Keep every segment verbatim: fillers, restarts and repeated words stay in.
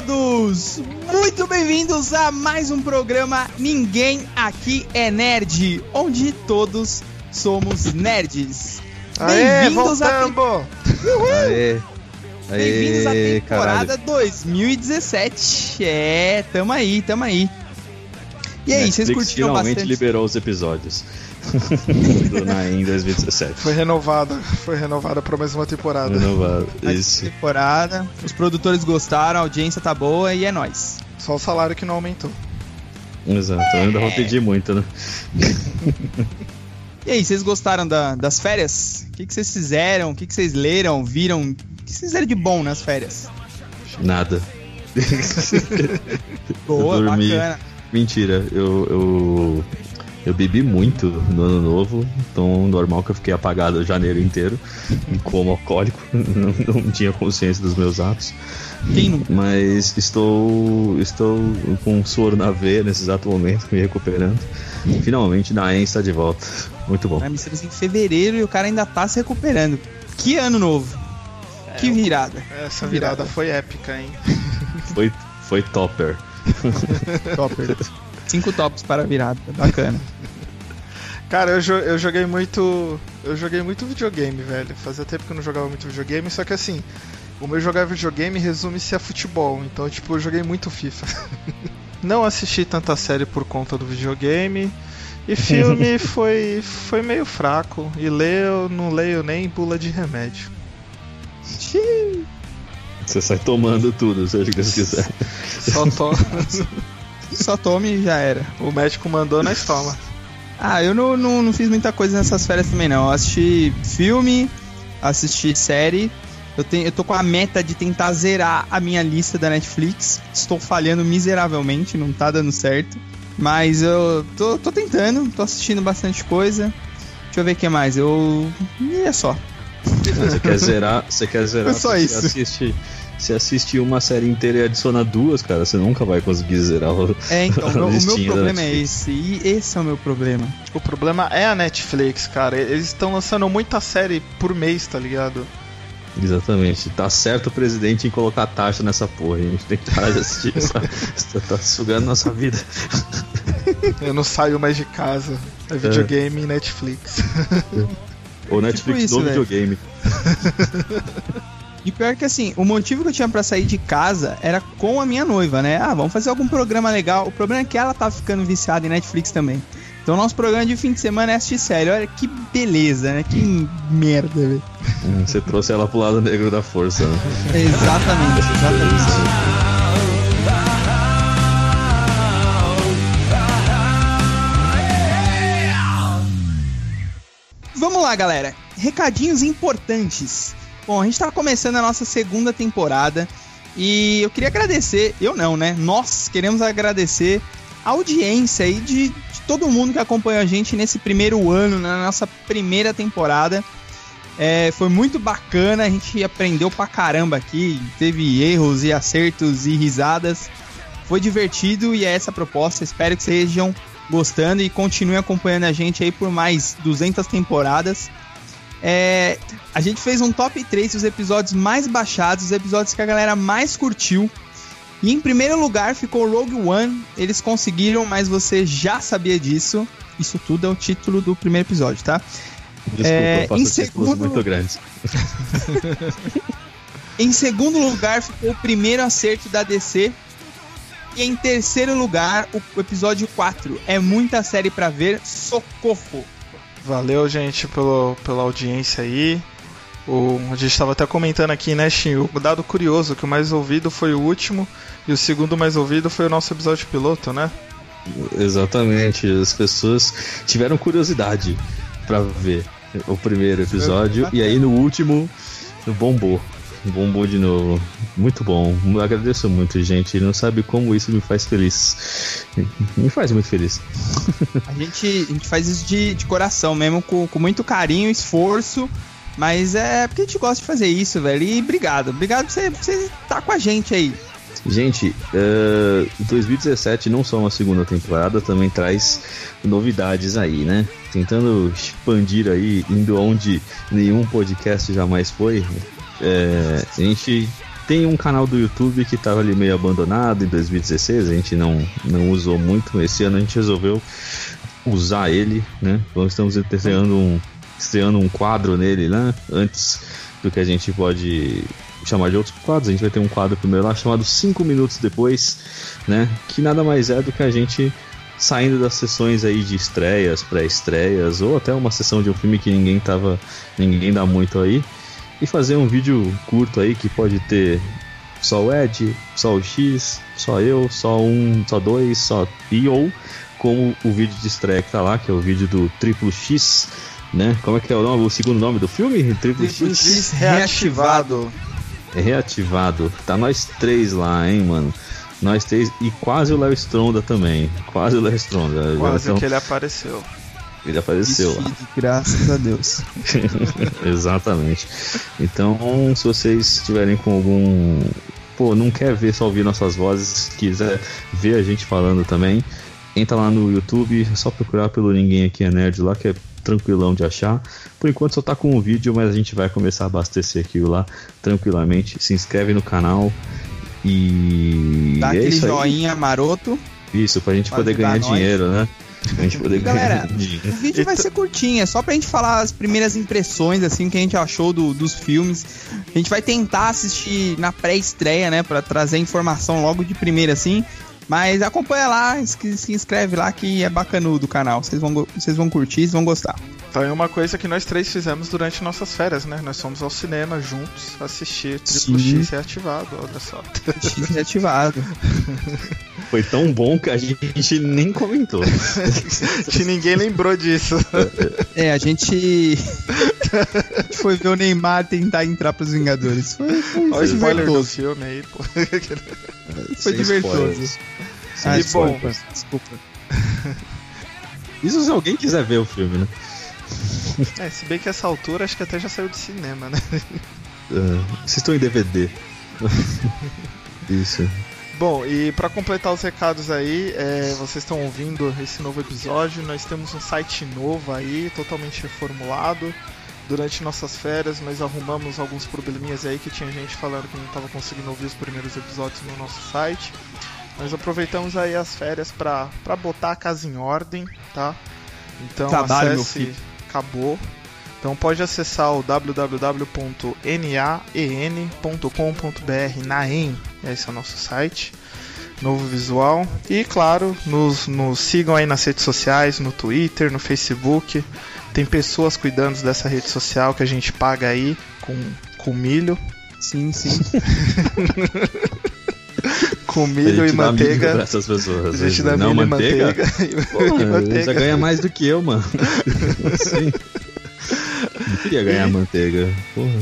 todos! Muito bem-vindos a mais um programa Ninguém Aqui é Nerd, onde todos somos nerds. Bem-vindos a te... Bem-vindos à temporada caralho. dois mil e dezessete. É, tamo aí, tamo aí. E aí, Netflix vocês curtiram finalmente bastante? liberou os episódios do Naim dois mil e dezessete. Foi renovada, foi renovada pra mais uma temporada. Renovado, Mais isso. uma temporada. Os produtores gostaram, a audiência tá boa e é nóis. Só o salário que não aumentou. Exato, eu ainda vou pedir muito, né? E aí, vocês gostaram da- das férias? O que, que vocês fizeram? O que, que vocês leram, viram? O que vocês fizeram de bom nas férias? Nada. Boa, Eu dormi. bacana. Mentira, eu, eu, eu bebi muito no ano novo, então normal que eu fiquei apagado o janeiro inteiro, como alcoólico, não, não tinha consciência dos meus atos. Quem não? Mas estou, estou com soro na veia nesse exato momento, me recuperando. Finalmente, Naem está de volta. Muito bom. Vai me em fevereiro e o cara ainda tá se recuperando. Que ano novo. Que virada. Essa virada foi épica, hein? Foi, foi topper. Topper. Cinco tops para a virada. Bacana. Cara, eu, jo- eu joguei muito. Eu joguei muito videogame, velho. Fazia tempo que eu não jogava muito videogame, só que assim, o meu jogar videogame resume-se a futebol. Então, tipo, eu joguei muito FIFA. Não assisti tanta série por conta do videogame. E filme foi, foi meio fraco. E ler eu não leio nem bula de remédio. Você sai tomando tudo, seja o que você quiser. Só to... Só tome e já era. O médico mandou, nós toma. Ah, eu não, não, não fiz muita coisa nessas férias também não. Eu assisti filme, assisti série. Eu, tenho, eu tô com a meta de tentar zerar a minha lista da Netflix. Estou falhando miseravelmente, não tá dando certo. Mas eu tô, tô tentando, tô assistindo bastante coisa. Deixa eu ver o que mais. Eu. E é só. Você quer zerar, você quer zerar, É só você isso. Assiste, você assiste uma série inteira e adiciona duas, cara, você nunca vai conseguir zerar o, É, então, a o meu, o meu listinha da problema é Netflix. esse. E esse é o meu problema. O problema é a Netflix, cara. Eles estão lançando muita série por mês, tá ligado? Exatamente, tá certo o presidente em colocar taxa nessa porra, a gente tem que parar de assistir, essa, isso tá sugando nossa vida. Eu não saio mais de casa. É videogame e Netflix. Ou Netflix isso, do velho. videogame. E pior que assim, o motivo que eu tinha pra sair de casa era com a minha noiva, né? Ah, vamos fazer algum programa legal. O problema é que ela tá ficando viciada em Netflix também. Então nosso programa de fim de semana é assistir série. Olha que beleza, né? Que merda, velho. Hum, Você trouxe ela pro lado negro da força, né? Exatamente, exatamente. Vamos lá, galera. Recadinhos importantes. Bom, a gente tá começando a nossa segunda temporada e eu queria agradecer, eu não, né? Nós queremos agradecer a audiência aí de, de todo mundo que acompanha a gente nesse primeiro ano, na nossa primeira temporada. É, foi muito bacana, a gente aprendeu pra caramba aqui, teve erros e acertos e risadas. Foi divertido e é essa a proposta, espero que vocês estejam gostando e continuem acompanhando a gente aí por mais duzentas temporadas. É, a gente fez um top três dos episódios mais baixados, os episódios que a galera mais curtiu. E em primeiro lugar ficou Rogue One, eles conseguiram, mas você já sabia disso. Isso tudo é o título do primeiro episódio, tá? Desculpa, É, eu faço em títulos segundo- muito grandes. Em segundo lugar ficou o primeiro acerto da D C. E em terceiro lugar, o episódio quatro. É muita série pra ver, socorro! Valeu, gente, pelo, pela audiência aí. O, a gente estava até comentando aqui, né, Shin? O dado curioso que o mais ouvido foi o último e o segundo mais ouvido foi o nosso episódio piloto, né? Exatamente, as pessoas tiveram curiosidade pra ver o primeiro episódio e aí no último bombou. Bombou de novo. Muito bom. Eu agradeço muito, gente. Não sabe como isso me faz feliz. Me faz muito feliz. A gente, a gente faz isso de, de coração mesmo, com, com muito carinho, esforço. Mas é porque a gente gosta de fazer isso, velho. E obrigado. Obrigado por você, por você estar com a gente aí. Gente, uh, dois mil e dezessete não só uma segunda temporada, também traz novidades aí, né? Tentando expandir aí, indo onde nenhum podcast jamais foi. É, a gente Tem um canal do YouTube que tava ali meio abandonado em dois mil e dezesseis, a gente não, não usou muito. Esse ano a gente resolveu usar ele, né? Então estamos estreando um, estreando um quadro nele, né? Antes do que a gente pode chamar de outros quadros, a gente vai ter um quadro primeiro lá chamado cinco minutos depois, né? Que nada mais é do que a gente saindo das sessões aí de estreias, pré-estreias, ou até uma sessão de um filme que ninguém tava, ninguém dá muito aí, e fazer um vídeo curto aí que pode ter só o Ed, só o X, só eu, só um, só dois, só e ou como o vídeo de estreia que tá lá, que é o vídeo do Triplo X, né? Como é que é o nome, o segundo nome do filme? Triplo, Triplo X, X reativado. É reativado. Tá nós três lá, hein, mano. Nós três e quase o Léo Stronda também. Quase o Léo Stronda. Quase então, que ele apareceu. Ele apareceu lá. Graças a Deus. Exatamente. Então, se vocês estiverem com algum... Pô, não quer ver só ouvir nossas vozes, quiser ver a gente falando também, entra lá no YouTube, é só procurar pelo Ninguém Aqui é Nerd lá, que é tranquilão de achar. Por enquanto só tá com um vídeo, mas a gente vai começar a abastecer aquilo lá tranquilamente. Se inscreve no canal e... Dá é aquele isso aí. Joinha maroto. Isso, pra gente poder ganhar nós. dinheiro, né? A gente poder Galera, ganhar dinheiro. O vídeo vai ser curtinho, é só pra gente falar as primeiras impressões, assim, que a gente achou do, dos filmes. A gente vai tentar assistir na pré-estreia, né, pra trazer informação logo de primeira, assim. Mas acompanha lá, se inscreve lá que é bacanudo o canal. Vocês vão, vocês vão curtir, vocês vão gostar. Então é uma coisa que nós três fizemos durante nossas férias, né? Nós fomos ao cinema juntos assistir Triplo X reativado, olha só. X reativado. Foi tão bom que a gente nem comentou. Que ninguém lembrou disso. É, a gente... a gente foi ver o Neymar tentar entrar pros Vingadores. Foi, foi, Olha o spoiler divertoso. do filme aí, pô. Foi divertoso. Ah, e bom, desculpa. Isso se alguém quiser ver o filme, né? É, se bem que essa altura acho que até já saiu de cinema, né? Uh, vocês estão em D V D. Isso. Bom, e pra completar os recados aí, é, vocês estão ouvindo esse novo episódio, nós temos um site novo aí, totalmente reformulado. Durante nossas férias nós arrumamos alguns probleminhas aí que tinha gente falando que não estava conseguindo ouvir os primeiros episódios no nosso site. Nós aproveitamos aí as férias pra, pra botar a casa em ordem, tá? Então Trabalho, acesse, acabou. Então pode acessar o w w w ponto naen ponto com ponto b r, Naen, esse é o nosso site, novo visual. E claro, nos, nos sigam aí nas redes sociais, no Twitter, no Facebook. Tem pessoas cuidando dessa rede social que a gente paga aí com, com milho. Sim, sim. Com milho e manteiga. Pra essas pessoas. A gente dá não, milho manteiga? e manteiga. Porra, e manteiga. Já ganha mais do que eu, mano. Sim. Não queria ganhar e... manteiga. Porra.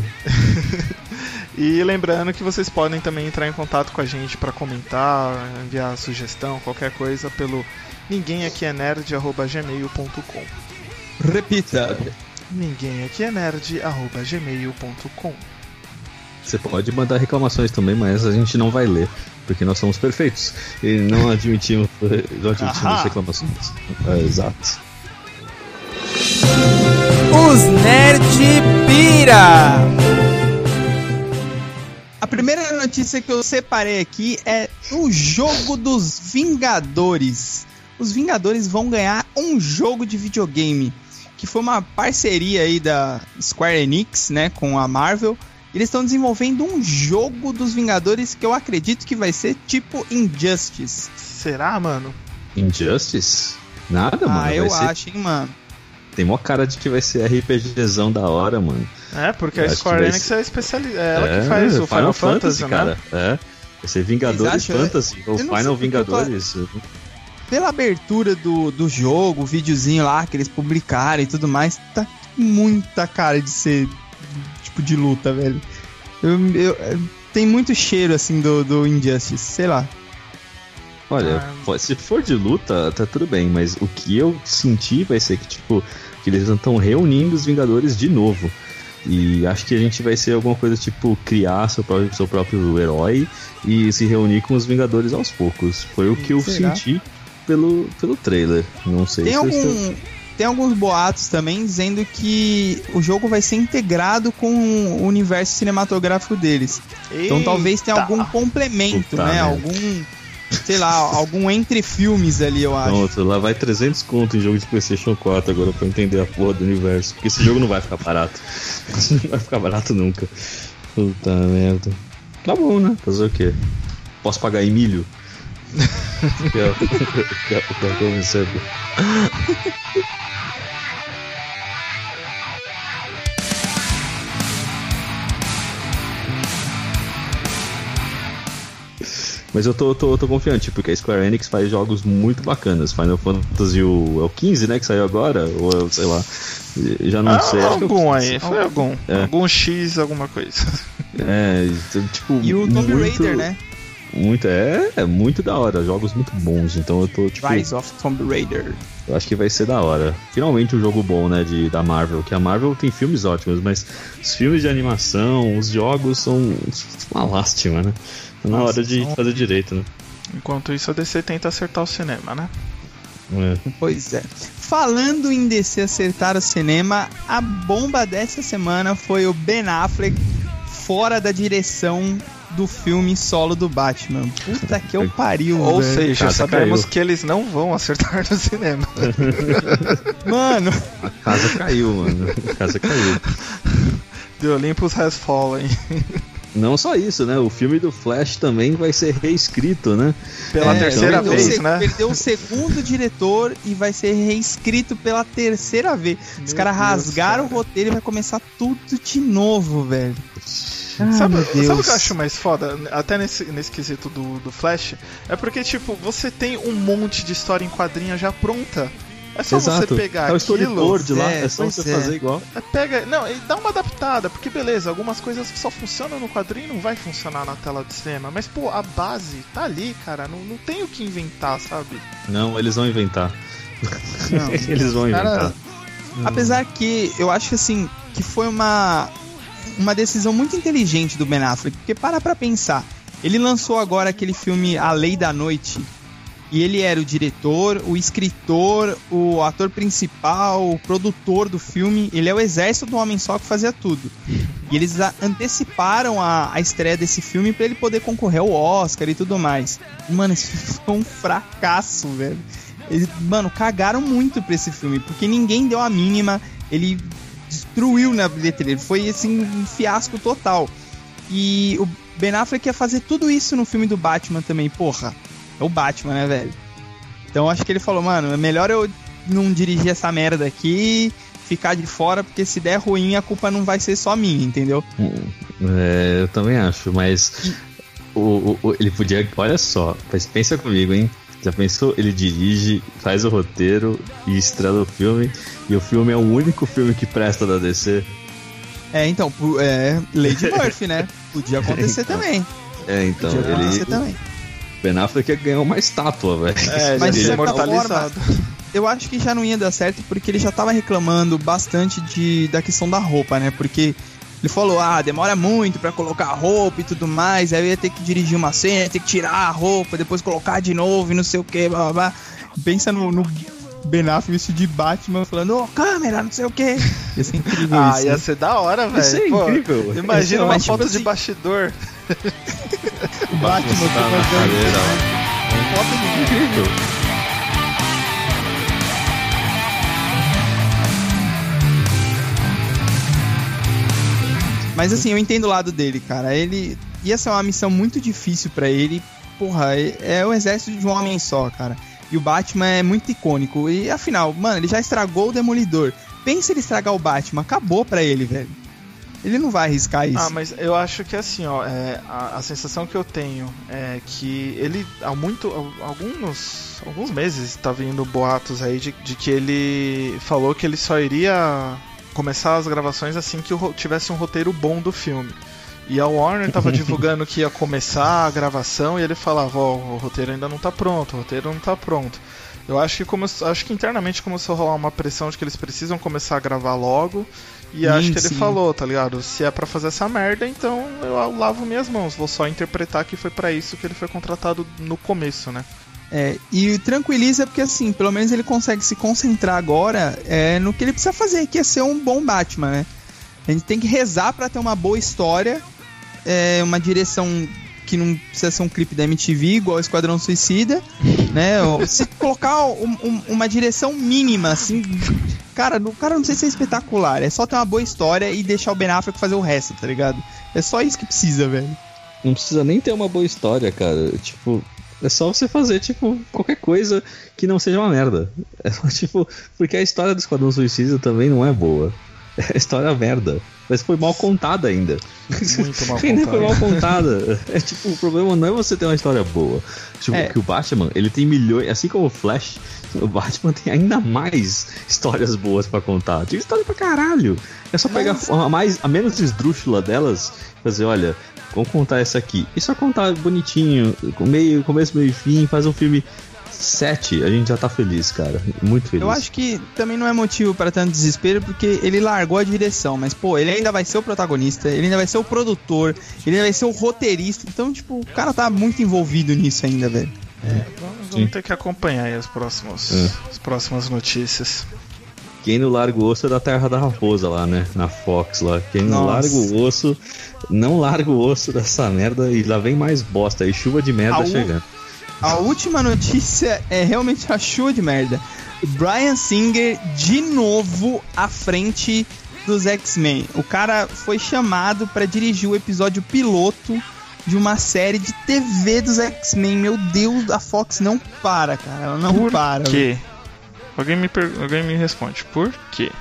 E lembrando que vocês podem também entrar em contato com a gente para comentar, enviar sugestão, qualquer coisa pelo ninguém aqui é nerd arroba gmail ponto com. Repita. ninguém aqui é nerd arroba gmail ponto com. Você pode mandar reclamações também, mas a gente não vai ler, porque nós somos perfeitos e não admitimos, não admitimos reclamações. É, exato. Os Nerd Pira! A primeira notícia que eu separei aqui é o jogo dos Vingadores. Os Vingadores vão ganhar um jogo de videogame, que foi uma parceria aí da Square Enix, né, com a Marvel. Eles estão desenvolvendo um jogo dos Vingadores que eu acredito que vai ser tipo Injustice. Será, mano? Injustice? Nada, mano. Ah, eu vai acho, hein, mano. Tem mó cara de que vai ser RPGzão da hora, mano. É, porque eu a Square Enix ser... é especialista. É ela é, que faz o Final, Final Fantasy, Fantasy, cara. Né? É. Vai ser Vingadores Fantasy, ou Final Vingadores. Tô... Pela abertura do, do jogo, o videozinho lá que eles publicaram e tudo mais, tá muita cara de ser tipo de luta, velho. Eu, eu, tem muito cheiro assim do, do Injustice, sei lá. Olha, ah. se for de luta, tá tudo bem, mas o que eu senti vai ser que, tipo, que eles estão reunindo os Vingadores de novo. E acho que a gente vai ser alguma coisa tipo criar seu próprio, seu próprio herói e se reunir com os Vingadores aos poucos. Foi o que eu Será? senti pelo, pelo trailer. Não sei tem se algum estou... tem alguns boatos também dizendo que o jogo vai ser integrado com o universo cinematográfico deles. Eita. Então talvez tenha algum complemento, Puta né? Merda. Algum, sei lá, algum entre filmes ali, eu acho. Pronto, lá vai trezentos conto em jogo de PlayStation quatro agora pra entender a porra do universo. Porque esse jogo não vai ficar barato. Não vai ficar barato nunca. Puta merda. Tá bom, né? Fazer o quê? Posso pagar em milho? que é o que eu recebo. Mas eu tô, tô, tô confiante, porque a Square Enix faz jogos muito bacanas. Final Fantasy o, é o quinze, né, que saiu agora? Ou sei lá, já não ah, sei. Algum aí, foi algum. É. Algum X, alguma coisa. É, tipo... E o Tomb Raider, né? Muito, é, é muito da hora, jogos muito bons, então eu tô tipo... Rise of Tomb Raider. Eu acho que vai ser da hora. Finalmente um jogo bom, né, de, da Marvel, que a Marvel tem filmes ótimos, mas os filmes de animação, os jogos são uma lástima, né? Tá na hora de fazer direito, né? Enquanto isso a D C tenta acertar o cinema, né? É. Pois é. Falando em D C acertar o cinema, a bomba dessa semana foi o Ben Affleck fora da direção do filme solo do Batman. Puta que eu pariu, Ou velho. seja, casa sabemos caiu. Que eles não vão acertar no cinema. Mano, a casa caiu, mano. A casa caiu. The Olympus has fallen. Não só isso, né? O filme do Flash também vai ser reescrito, né? Pela é, terceira então, vez, se, né? Perdeu o segundo diretor e vai ser reescrito pela terceira vez. Meu Os caras rasgaram cara. o roteiro e vai começar tudo de novo, velho. Ah, sabe, sabe o que eu acho mais foda? Até nesse, nesse quesito do, do Flash, é porque, tipo, você tem um monte de história em quadrinha já pronta. É só Exato. você pegar é o aquilo... de lá, é, é só você é. fazer igual. É, pega, não, e dá uma adaptada, porque beleza, algumas coisas só funcionam no quadrinho e não vai funcionar na tela de cinema. Mas, pô, a base tá ali, cara, não, não tem o que inventar, sabe? Não, eles vão inventar. Não, eles vão inventar. Cara, apesar que eu acho que, assim, que foi uma... uma decisão muito inteligente do Ben Affleck, porque para pra pensar, ele lançou agora aquele filme A Lei da Noite, e ele era o diretor, o escritor, o ator principal, o produtor do filme, ele é o exército do Homem Só que fazia tudo. E eles anteciparam a, a estreia desse filme pra ele poder concorrer ao Oscar e tudo mais. E, mano, esse filme foi um fracasso, velho. Eles, mano, cagaram muito pra esse filme, porque ninguém deu a mínima, ele... destruiu na bilheteria, foi assim um fiasco total. E o Ben Affleck ia fazer tudo isso no filme do Batman também, porra. É o Batman, né, velho? Então acho que ele falou, mano, é melhor eu não dirigir essa merda aqui, ficar de fora, porque se der ruim a culpa não vai ser só minha, entendeu? É, eu também acho, mas o, o, o, ele podia, olha só, mas pensa comigo, hein? Já pensou? Ele dirige, faz o roteiro e estrela o filme, e o filme é o único filme que presta da D C. É, então, é, Lady Murphy, né? Podia acontecer então, também. É, então, Podia acontecer ele... também. Ben Affleck ia ganhar uma estátua, velho. É, mas de de certa forma, eu acho que já não ia dar certo, porque ele já tava reclamando bastante de, da questão da roupa, né? Porque ele falou, ah, demora muito pra colocar a roupa e tudo mais, aí eu ia ter que dirigir uma cena, ter que tirar a roupa, depois colocar de novo e não sei o que, blá, blá, blá. Pensa no, no Ben Affleck vestido de Batman falando, ô, oh, câmera, não sei o que. Ia ser incrível ah, isso. ia ser da hora, velho. Isso é incrível. Imagina uma mas, foto tipo de assim, bastidor. O Batman tá na cadeira, ó. foto de Incrível. Mas assim, eu entendo o lado dele, cara. Ele ia ser uma missão muito difícil pra ele. Porra, é o exército de um homem só, cara. E o Batman é muito icônico. E afinal, mano, ele já estragou o Demolidor. Pensa ele estragar o Batman, acabou pra ele, velho. Ele não vai arriscar isso. Ah, mas eu acho que assim, ó, é, a, a sensação que eu tenho é que ele há muito, há alguns, alguns meses tá vindo boatos aí de, de que ele falou que ele só iria começar as gravações assim que tivesse um roteiro bom do filme. E a Warner tava divulgando que ia começar a gravação e ele falava, ó, oh, o roteiro ainda não tá pronto, o roteiro não tá pronto. Eu acho que, come... acho que internamente começou a rolar uma pressão de que eles precisam começar a gravar logo. E sim, acho que ele sim. falou, tá ligado? Se é pra fazer essa merda, então eu lavo minhas mãos. Vou só interpretar que foi pra isso que ele foi contratado no começo, né? É, e tranquiliza porque, assim, pelo menos ele consegue se concentrar agora é, no que ele precisa fazer, que é ser um bom Batman, né? A gente tem que rezar pra ter uma boa história, é, uma direção que não precisa ser um clipe da M T V, igual o Esquadrão Suicida, né? Se colocar um, um, uma direção mínima, assim... Cara, o cara não precisa ser espetacular, é só ter uma boa história e deixar o Ben Affleck fazer o resto, tá ligado? É só isso que precisa, velho. Não precisa nem ter uma boa história, cara. Tipo, é só você fazer, tipo, qualquer coisa que não seja uma merda. É só, tipo, porque a história do Esquadrão Suicida também não é boa. É a história merda. Mas foi mal contada ainda. Muito mal ainda contada. foi mal contada. É tipo, o problema não é você ter uma história boa. Tipo, É. que o Batman, ele tem milhões, assim como o Flash, o Batman tem ainda mais histórias boas pra contar. Tem história pra caralho. É só pegar a, mais, a menos esdrúxula delas e fazer, olha, vamos contar essa aqui. E só contar bonitinho, com meio, começo, meio e fim, faz um filme sete, a gente já tá feliz, cara. Muito feliz. Eu acho que também não é motivo para tanto desespero, porque ele largou a direção, mas, pô, ele ainda vai ser o protagonista, ele ainda vai ser o produtor, ele ainda vai ser o roteirista, então, tipo, o cara tá muito envolvido nisso ainda, velho. É, vamos, vamos ter que acompanhar aí as próximas, É. as próximas notícias. Quem não larga o osso é da Terra da Raposa lá, né? Na Fox lá. Quem não Nossa. larga o osso, não larga o osso dessa merda e lá vem mais bosta aí, chuva de merda Au. chegando. A última notícia é realmente a chuva de merda. Bryan Singer de novo à frente dos X-Men. O cara foi chamado pra dirigir o episódio piloto de uma série de T V dos X-Men. Meu Deus, a Fox não para, cara. Ela não Por para. quê? Alguém me, per... Alguém me responde. Por quê?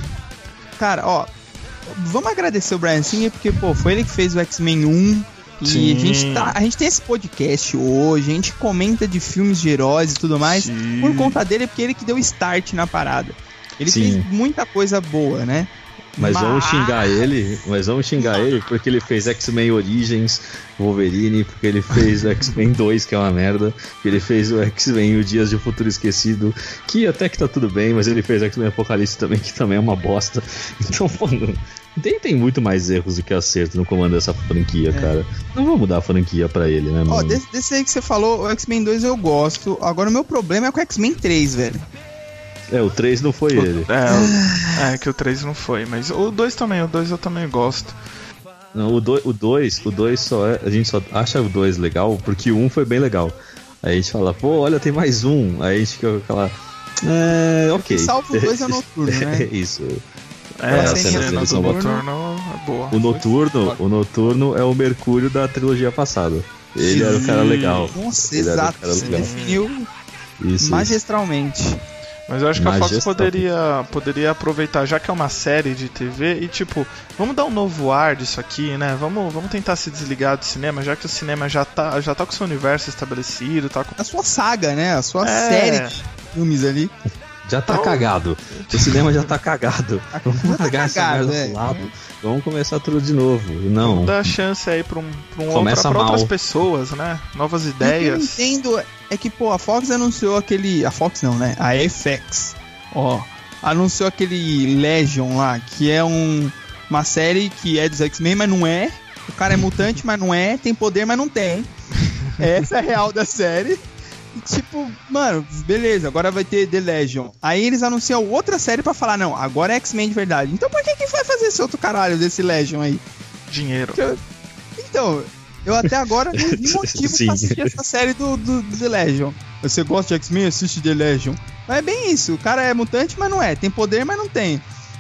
Cara, ó, vamos agradecer o Bryan Singer, porque, pô, foi ele que fez o X-Men um. E Sim. a gente, tá, a gente tem esse podcast hoje, a gente comenta de filmes de heróis e tudo mais. Sim. Por conta dele, porque ele que deu start na parada. Ele Sim. fez muita coisa boa, né? Mas vamos xingar ele, mas vamos xingar ele porque ele fez X-Men Origins, Wolverine, porque ele fez o X-Men dois, que é uma merda, porque ele fez o X-Men O Dias de um Futuro Esquecido, que até que tá tudo bem, mas ele fez X-Men Apocalipse também, que também é uma bosta. Então, mano, tem, tem muito mais erros do que acerto no comando dessa franquia, É. cara. Não vamos dar a franquia pra ele, né, mano? Ó, desse, desse aí que você falou, o X-Men dois eu gosto. Agora o meu problema é com o X-Men três, velho. É, o três não foi ele. É, o- é que o três não foi, mas o dois também, o dois eu também gosto. Não, o dois, o dois, o dois só é, a gente só acha o dois legal porque o um foi bem legal. Aí a gente fala, pô, olha, tem mais um. Aí a gente fica aquela, é, ok. Salvo o dois é o Noturno, né? É isso. É, a a ceninha cena do do Noturno. Noturno é boa. O Noturno, o Noturno é o Mercúrio da trilogia passada. Ele era o cara legal. Nossa, Ele era o exato. cara Você legal. definiu Isso, isso. magistralmente. Mas eu acho que a Fox Majestade. poderia, poderia aproveitar, já que é uma série de T V, e tipo, vamos dar um novo ar disso aqui, né? Vamos, vamos tentar se desligar do cinema, já que o cinema já tá, já tá com o seu universo estabelecido, tá com... A sua saga, né? A sua É. série de filmes ali. Já tá Então- cagado. O cinema já tá cagado. Vamos Já tá largar essa cagado, merda é. pro lado. Vamos começar tudo de novo. Não. Vamos dar chance aí pra, um, pra, um Começa outra, pra outras mal. pessoas, né? Novas E o que eu ideias. entendo é que, pô, a Fox anunciou aquele... A Fox não, né? A F X. Ó, anunciou aquele Legion lá, que é um, uma série que é dos X-Men, mas não é. O cara é mutante, mas não é. Tem poder, mas não tem. Essa é a real da série. E, tipo, mano, beleza, agora vai ter The Legion. Aí eles anunciam outra série pra falar, não, agora é X-Men de verdade. Então por que que vai fazer esse outro caralho desse Legion aí? Dinheiro. Eu- Então, eu até agora não vi motivo Sim. pra assistir essa série do, do, do The Legion. Você gosta de X-Men? Assiste The Legion. Mas é bem isso, o cara é mutante, mas não é. Tem poder, mas não tem.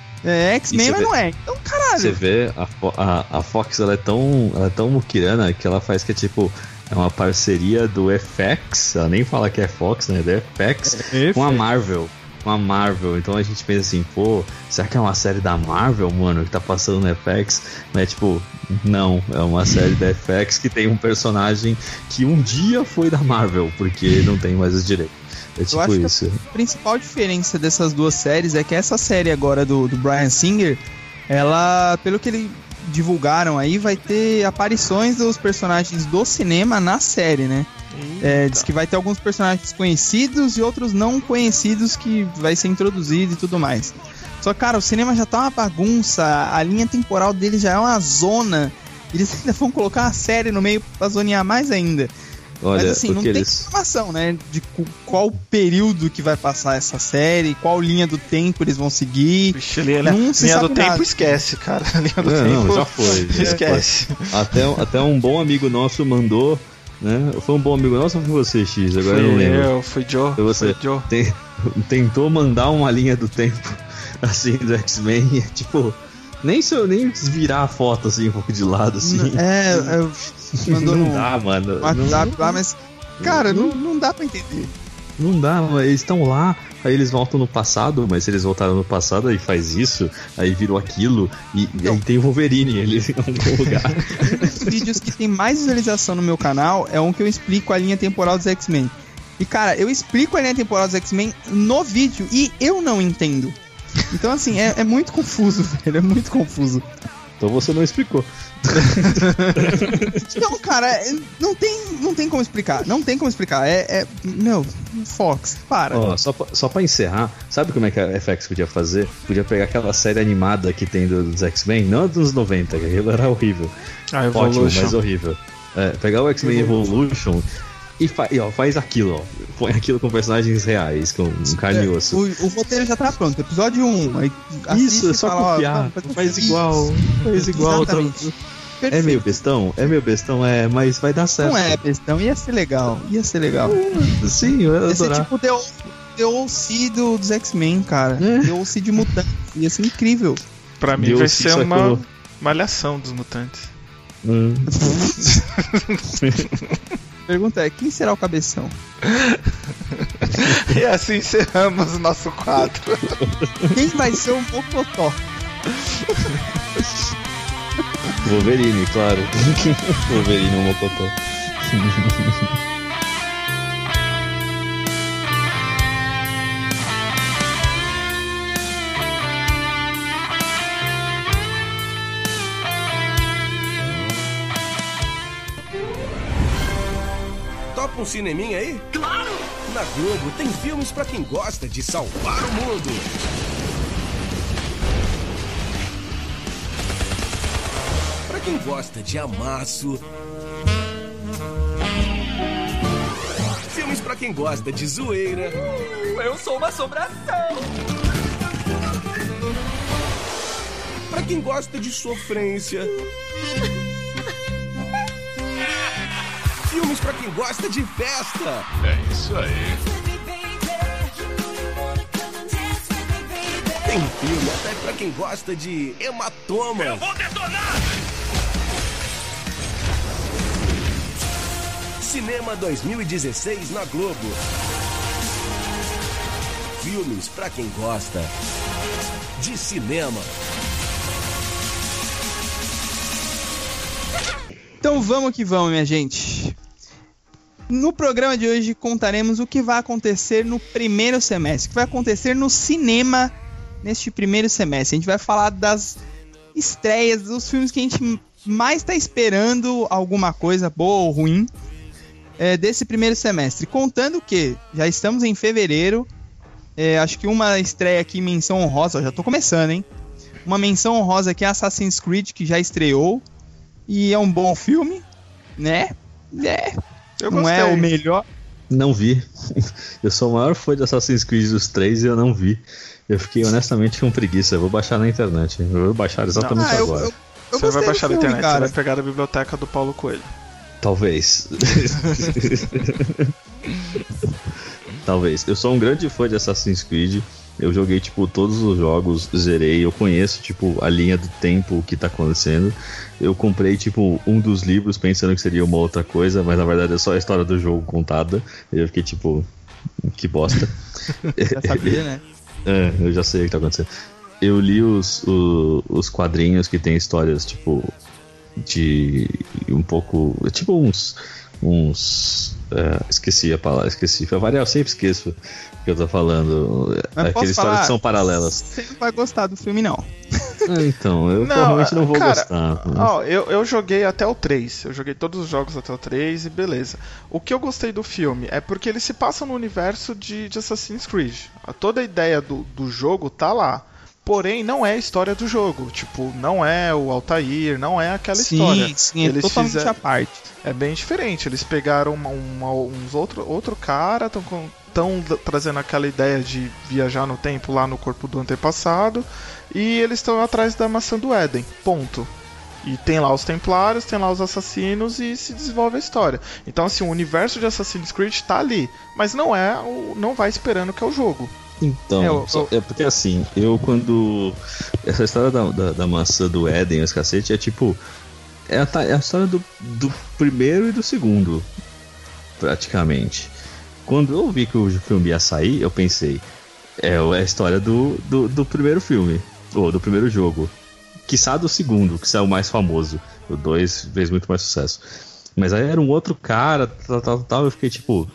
É X-Men, E você mas vê- não é. Então, caralho. Você vê, a, Fo- a, a Fox ela é, tão, ela é tão muquirana que ela faz que é tipo. É uma parceria do F X, ela nem fala que é Fox, né? Do F X É, com a Marvel. Com a Marvel. Então a gente pensa assim, pô, será que é uma série da Marvel, mano, que tá passando no F X? Mas tipo, não, é uma série da F X que tem um personagem que um dia foi da Marvel, porque não tem mais os direitos. É tipo acho que isso. A principal diferença dessas duas séries é que essa série agora do, do Bryan Singer, ela, pelo que ele divulgaram aí, vai ter aparições dos personagens do cinema na série, né? É, diz que vai ter alguns personagens conhecidos e outros não conhecidos que vai ser introduzido e tudo mais. Só que, cara, o cinema já tá uma bagunça, a linha temporal deles já é uma zona. Eles ainda vão colocar a série no meio pra zonear mais ainda. Olha, Mas assim, não tem eles... informação, né? De qual período que vai passar essa série, qual linha do tempo eles vão seguir. Vixe, linha, não se linha sabe do nada. tempo esquece, cara. Linha do é, tempo não, já foi. Esquece. Até, até um bom amigo nosso mandou, né? Foi um bom amigo nosso ou foi você, X? Agora fui eu não lembro. Eu, fui Joe. Foi você. Foi Joe. Tem, tentou mandar uma linha do tempo assim do X-Men e é tipo. Nem se eu nem desvirar a foto assim um pouco de lado assim. É, eu mandou não no dá, mano. WhatsApp não, lá, mas cara, não, não, não dá pra entender. Não dá, mas eles estão lá, aí eles voltam no passado, mas se eles voltaram no passado aí faz isso, aí virou aquilo, e, e aí tem o Wolverine, ele em algum lugar. Um dos vídeos que tem mais visualização no meu canal é um que eu explico a linha temporal dos X-Men. E cara, eu explico a linha temporal dos X-Men no vídeo e eu não entendo. Então assim, é, é muito confuso, velho, é muito confuso. Então você não explicou. Não, cara, não tem, não tem como explicar. Não tem como explicar. É, é meu, Fox, para. Ó, só, pra, só pra encerrar, sabe como é que a F X podia fazer? Podia pegar aquela série animada que tem dos X-Men, não dos noventa, que aquilo era horrível. Ah, Ótimo, mas horrível. É, pegar o X-Men Evolution e, fa e ó, faz aquilo, ó. Põe aquilo com personagens reais, com carne e osso. O, o roteiro já tá pronto, episódio um. Aí Isso, é só fala, copiar. Ó, faz igual. Faz igual. Tá... É meio bestão? É meio bestão, é, mas vai dar certo. Não é bestão, ia ser legal. Ia ser legal. É, sim, eu ia adorar. Ia ser tipo The O C do, dos X-Men, cara. É. The O C de mutantes. Ia ser incrível. Pra mim The vai O C ser uma sacou. malhação dos mutantes. Hum. Pergunta é, quem será o cabeção? E assim encerramos o nosso quadro. Quem vai ser o Mocotó? Wolverine, claro. Wolverine é um mocotó. Topa um cineminha aí? Claro! Na Globo tem filmes pra quem gosta de salvar o mundo. Pra quem gosta de amasso. Filmes pra quem gosta de zoeira. Uh, eu sou uma assombração. Pra quem gosta de sofrência. Filmes pra quem gosta de festa. É isso aí. Tem filme até pra quem gosta de hematoma. Eu vou detonar! Cinema dois mil e dezesseis na Globo. Filmes pra quem gosta de cinema. Então vamos que vamos, minha gente. No programa de hoje contaremos o que vai acontecer no primeiro semestre, o que vai acontecer no cinema neste primeiro semestre. A gente vai falar das estreias, dos filmes que a gente mais está esperando alguma coisa boa ou ruim é, desse primeiro semestre. Contando que já estamos em fevereiro, é, acho que uma estreia aqui, menção honrosa, já tô começando, hein? Uma menção honrosa aqui é Assassin's Creed, que já estreou. E é um bom filme, né? É. Eu não gostei. é o melhor. Não vi. Eu sou o maior fã de Assassin's Creed dos três e eu não vi. Eu fiquei honestamente com preguiça. Eu vou baixar na internet. Eu vou baixar exatamente Ah, eu, agora. eu, eu Você vai gostei baixar do na filme, internet, cara. você vai pegar da biblioteca do Paulo Coelho. Talvez. Talvez. Eu sou um grande fã de Assassin's Creed. Eu joguei, tipo, todos os jogos, zerei. Eu conheço, tipo, a linha do tempo, o que tá acontecendo. Eu comprei, tipo, um dos livros pensando que seria uma outra coisa, mas na verdade é só a história do jogo contada. Eu fiquei, tipo, que bosta. Já sabia, né? É, eu já sei o que tá acontecendo. Eu li os, o, os quadrinhos que tem histórias, tipo, de um pouco. Tipo uns. uns é, esqueci a palavra, esqueci. Pra variar, eu sempre esqueço o que eu tô falando. Mas Aquelas posso histórias falar? que são paralelas. Você não vai gostar do filme, não. É, então, eu Não, provavelmente não vou cara, gostar. Mas... Ó, eu, eu joguei até o três. Eu joguei todos os jogos até o três e beleza. O que eu gostei do filme é porque ele se passa no universo de, de Assassin's Creed. Toda a ideia do, do jogo tá lá. porém não é a história do jogo. Tipo, não é o Altair, não é aquela sim, história. Sim, é eles totalmente fizeram... à parte. É bem diferente. Eles pegaram uma, uma, uns outro, outro cara, estão tão trazendo aquela ideia de viajar no tempo lá no corpo do antepassado, e eles estão atrás da maçã do Éden. Ponto. E tem lá os Templários, tem lá os assassinos e se desenvolve a história. Então, assim, o universo de Assassin's Creed tá ali, mas não é, o, não vai esperando que é o jogo. Então, é, eu, só, é porque assim, eu quando... Essa história da, da, da maçã do Éden, os cacete, é tipo... É a, é a história do, do primeiro e do segundo, praticamente. Quando eu vi que o filme ia sair, eu pensei... É, é a história do, do, do primeiro filme, ou do primeiro jogo. Quiçá do segundo, que é o mais famoso. O dois fez muito mais sucesso. Mas aí era um outro cara, tal, tal, tal. Eu fiquei tipo...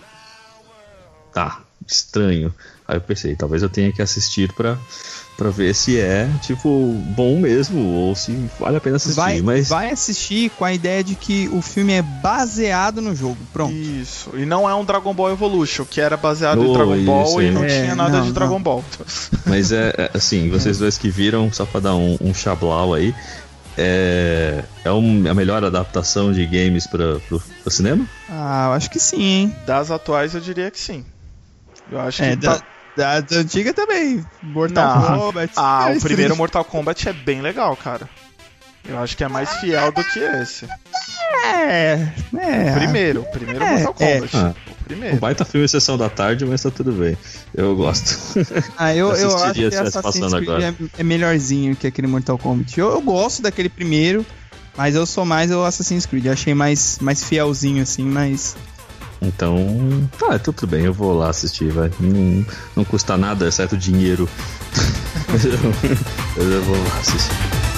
Tá, estranho. Aí eu pensei, talvez eu tenha que assistir pra, pra ver se é, tipo, bom mesmo, ou se vale a pena assistir. Vai, mas... vai assistir com a ideia de que o filme é baseado no jogo, pronto. Isso, e não é um Dragon Ball Evolution, que era baseado oh, em Dragon Ball isso, e não é, tinha nada não, de Dragon não. Ball. Mas é, é assim, vocês dois que viram, só pra dar um, um chablau aí, é, é um, a melhor adaptação de games pra, pro, pro cinema? Ah, eu acho que sim, hein? Das atuais eu diria que sim. Eu acho É, que da, tá... da, da antiga também. Mortal Não. Kombat. Ah, é, o primeiro estranho. Mortal Kombat é bem legal, cara. Eu acho que é mais fiel do que esse. É, é. Primeiro, o primeiro É, Mortal Kombat. é. O primeiro. Um baita filme Sessão da Tarde, mas tá tudo bem. Eu gosto. Ah, eu, eu acho assistiria que se estivesse Assassin's passando Creed agora. é, é melhorzinho que aquele Mortal Kombat. Eu, eu gosto daquele primeiro, mas eu sou mais o Assassin's Creed. Eu achei mais, mais fielzinho, assim, mas... Então, tá, tudo bem, eu vou lá assistir, vai. Não, não custa nada, exceto dinheiro. Mas eu, mas eu vou lá assistir.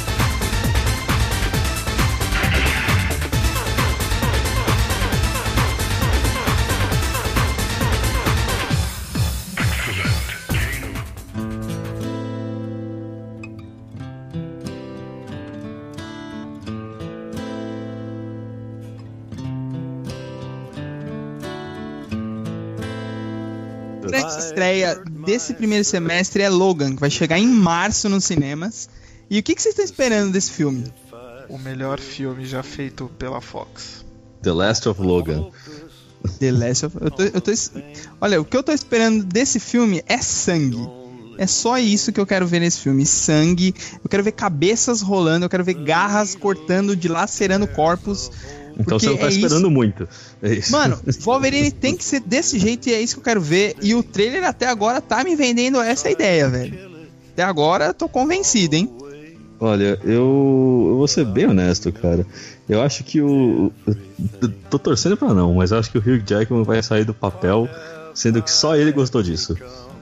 A grande estreia desse primeiro semestre é Logan, que vai chegar em março nos cinemas. E o que, que vocês estão esperando desse filme? O melhor filme já feito pela Fox. The Last of Logan. The Last of... Eu tô, eu tô... Olha, o que eu tô esperando desse filme é sangue. É só isso que eu quero ver nesse filme. Sangue. Eu quero ver cabeças rolando. Eu quero ver garras cortando, dilacerando corpos. Então você não tá é esperando isso. muito. É isso. Mano, Wolverine tem que ser desse jeito e é isso que eu quero ver. E o trailer até agora tá me vendendo essa ideia, velho. Até agora eu tô convencido, hein? Olha, eu, eu vou ser bem honesto, cara. Eu acho que o... Eu tô torcendo pra não, mas eu acho que o Hugh Jackman vai sair do papel, sendo que só ele gostou disso.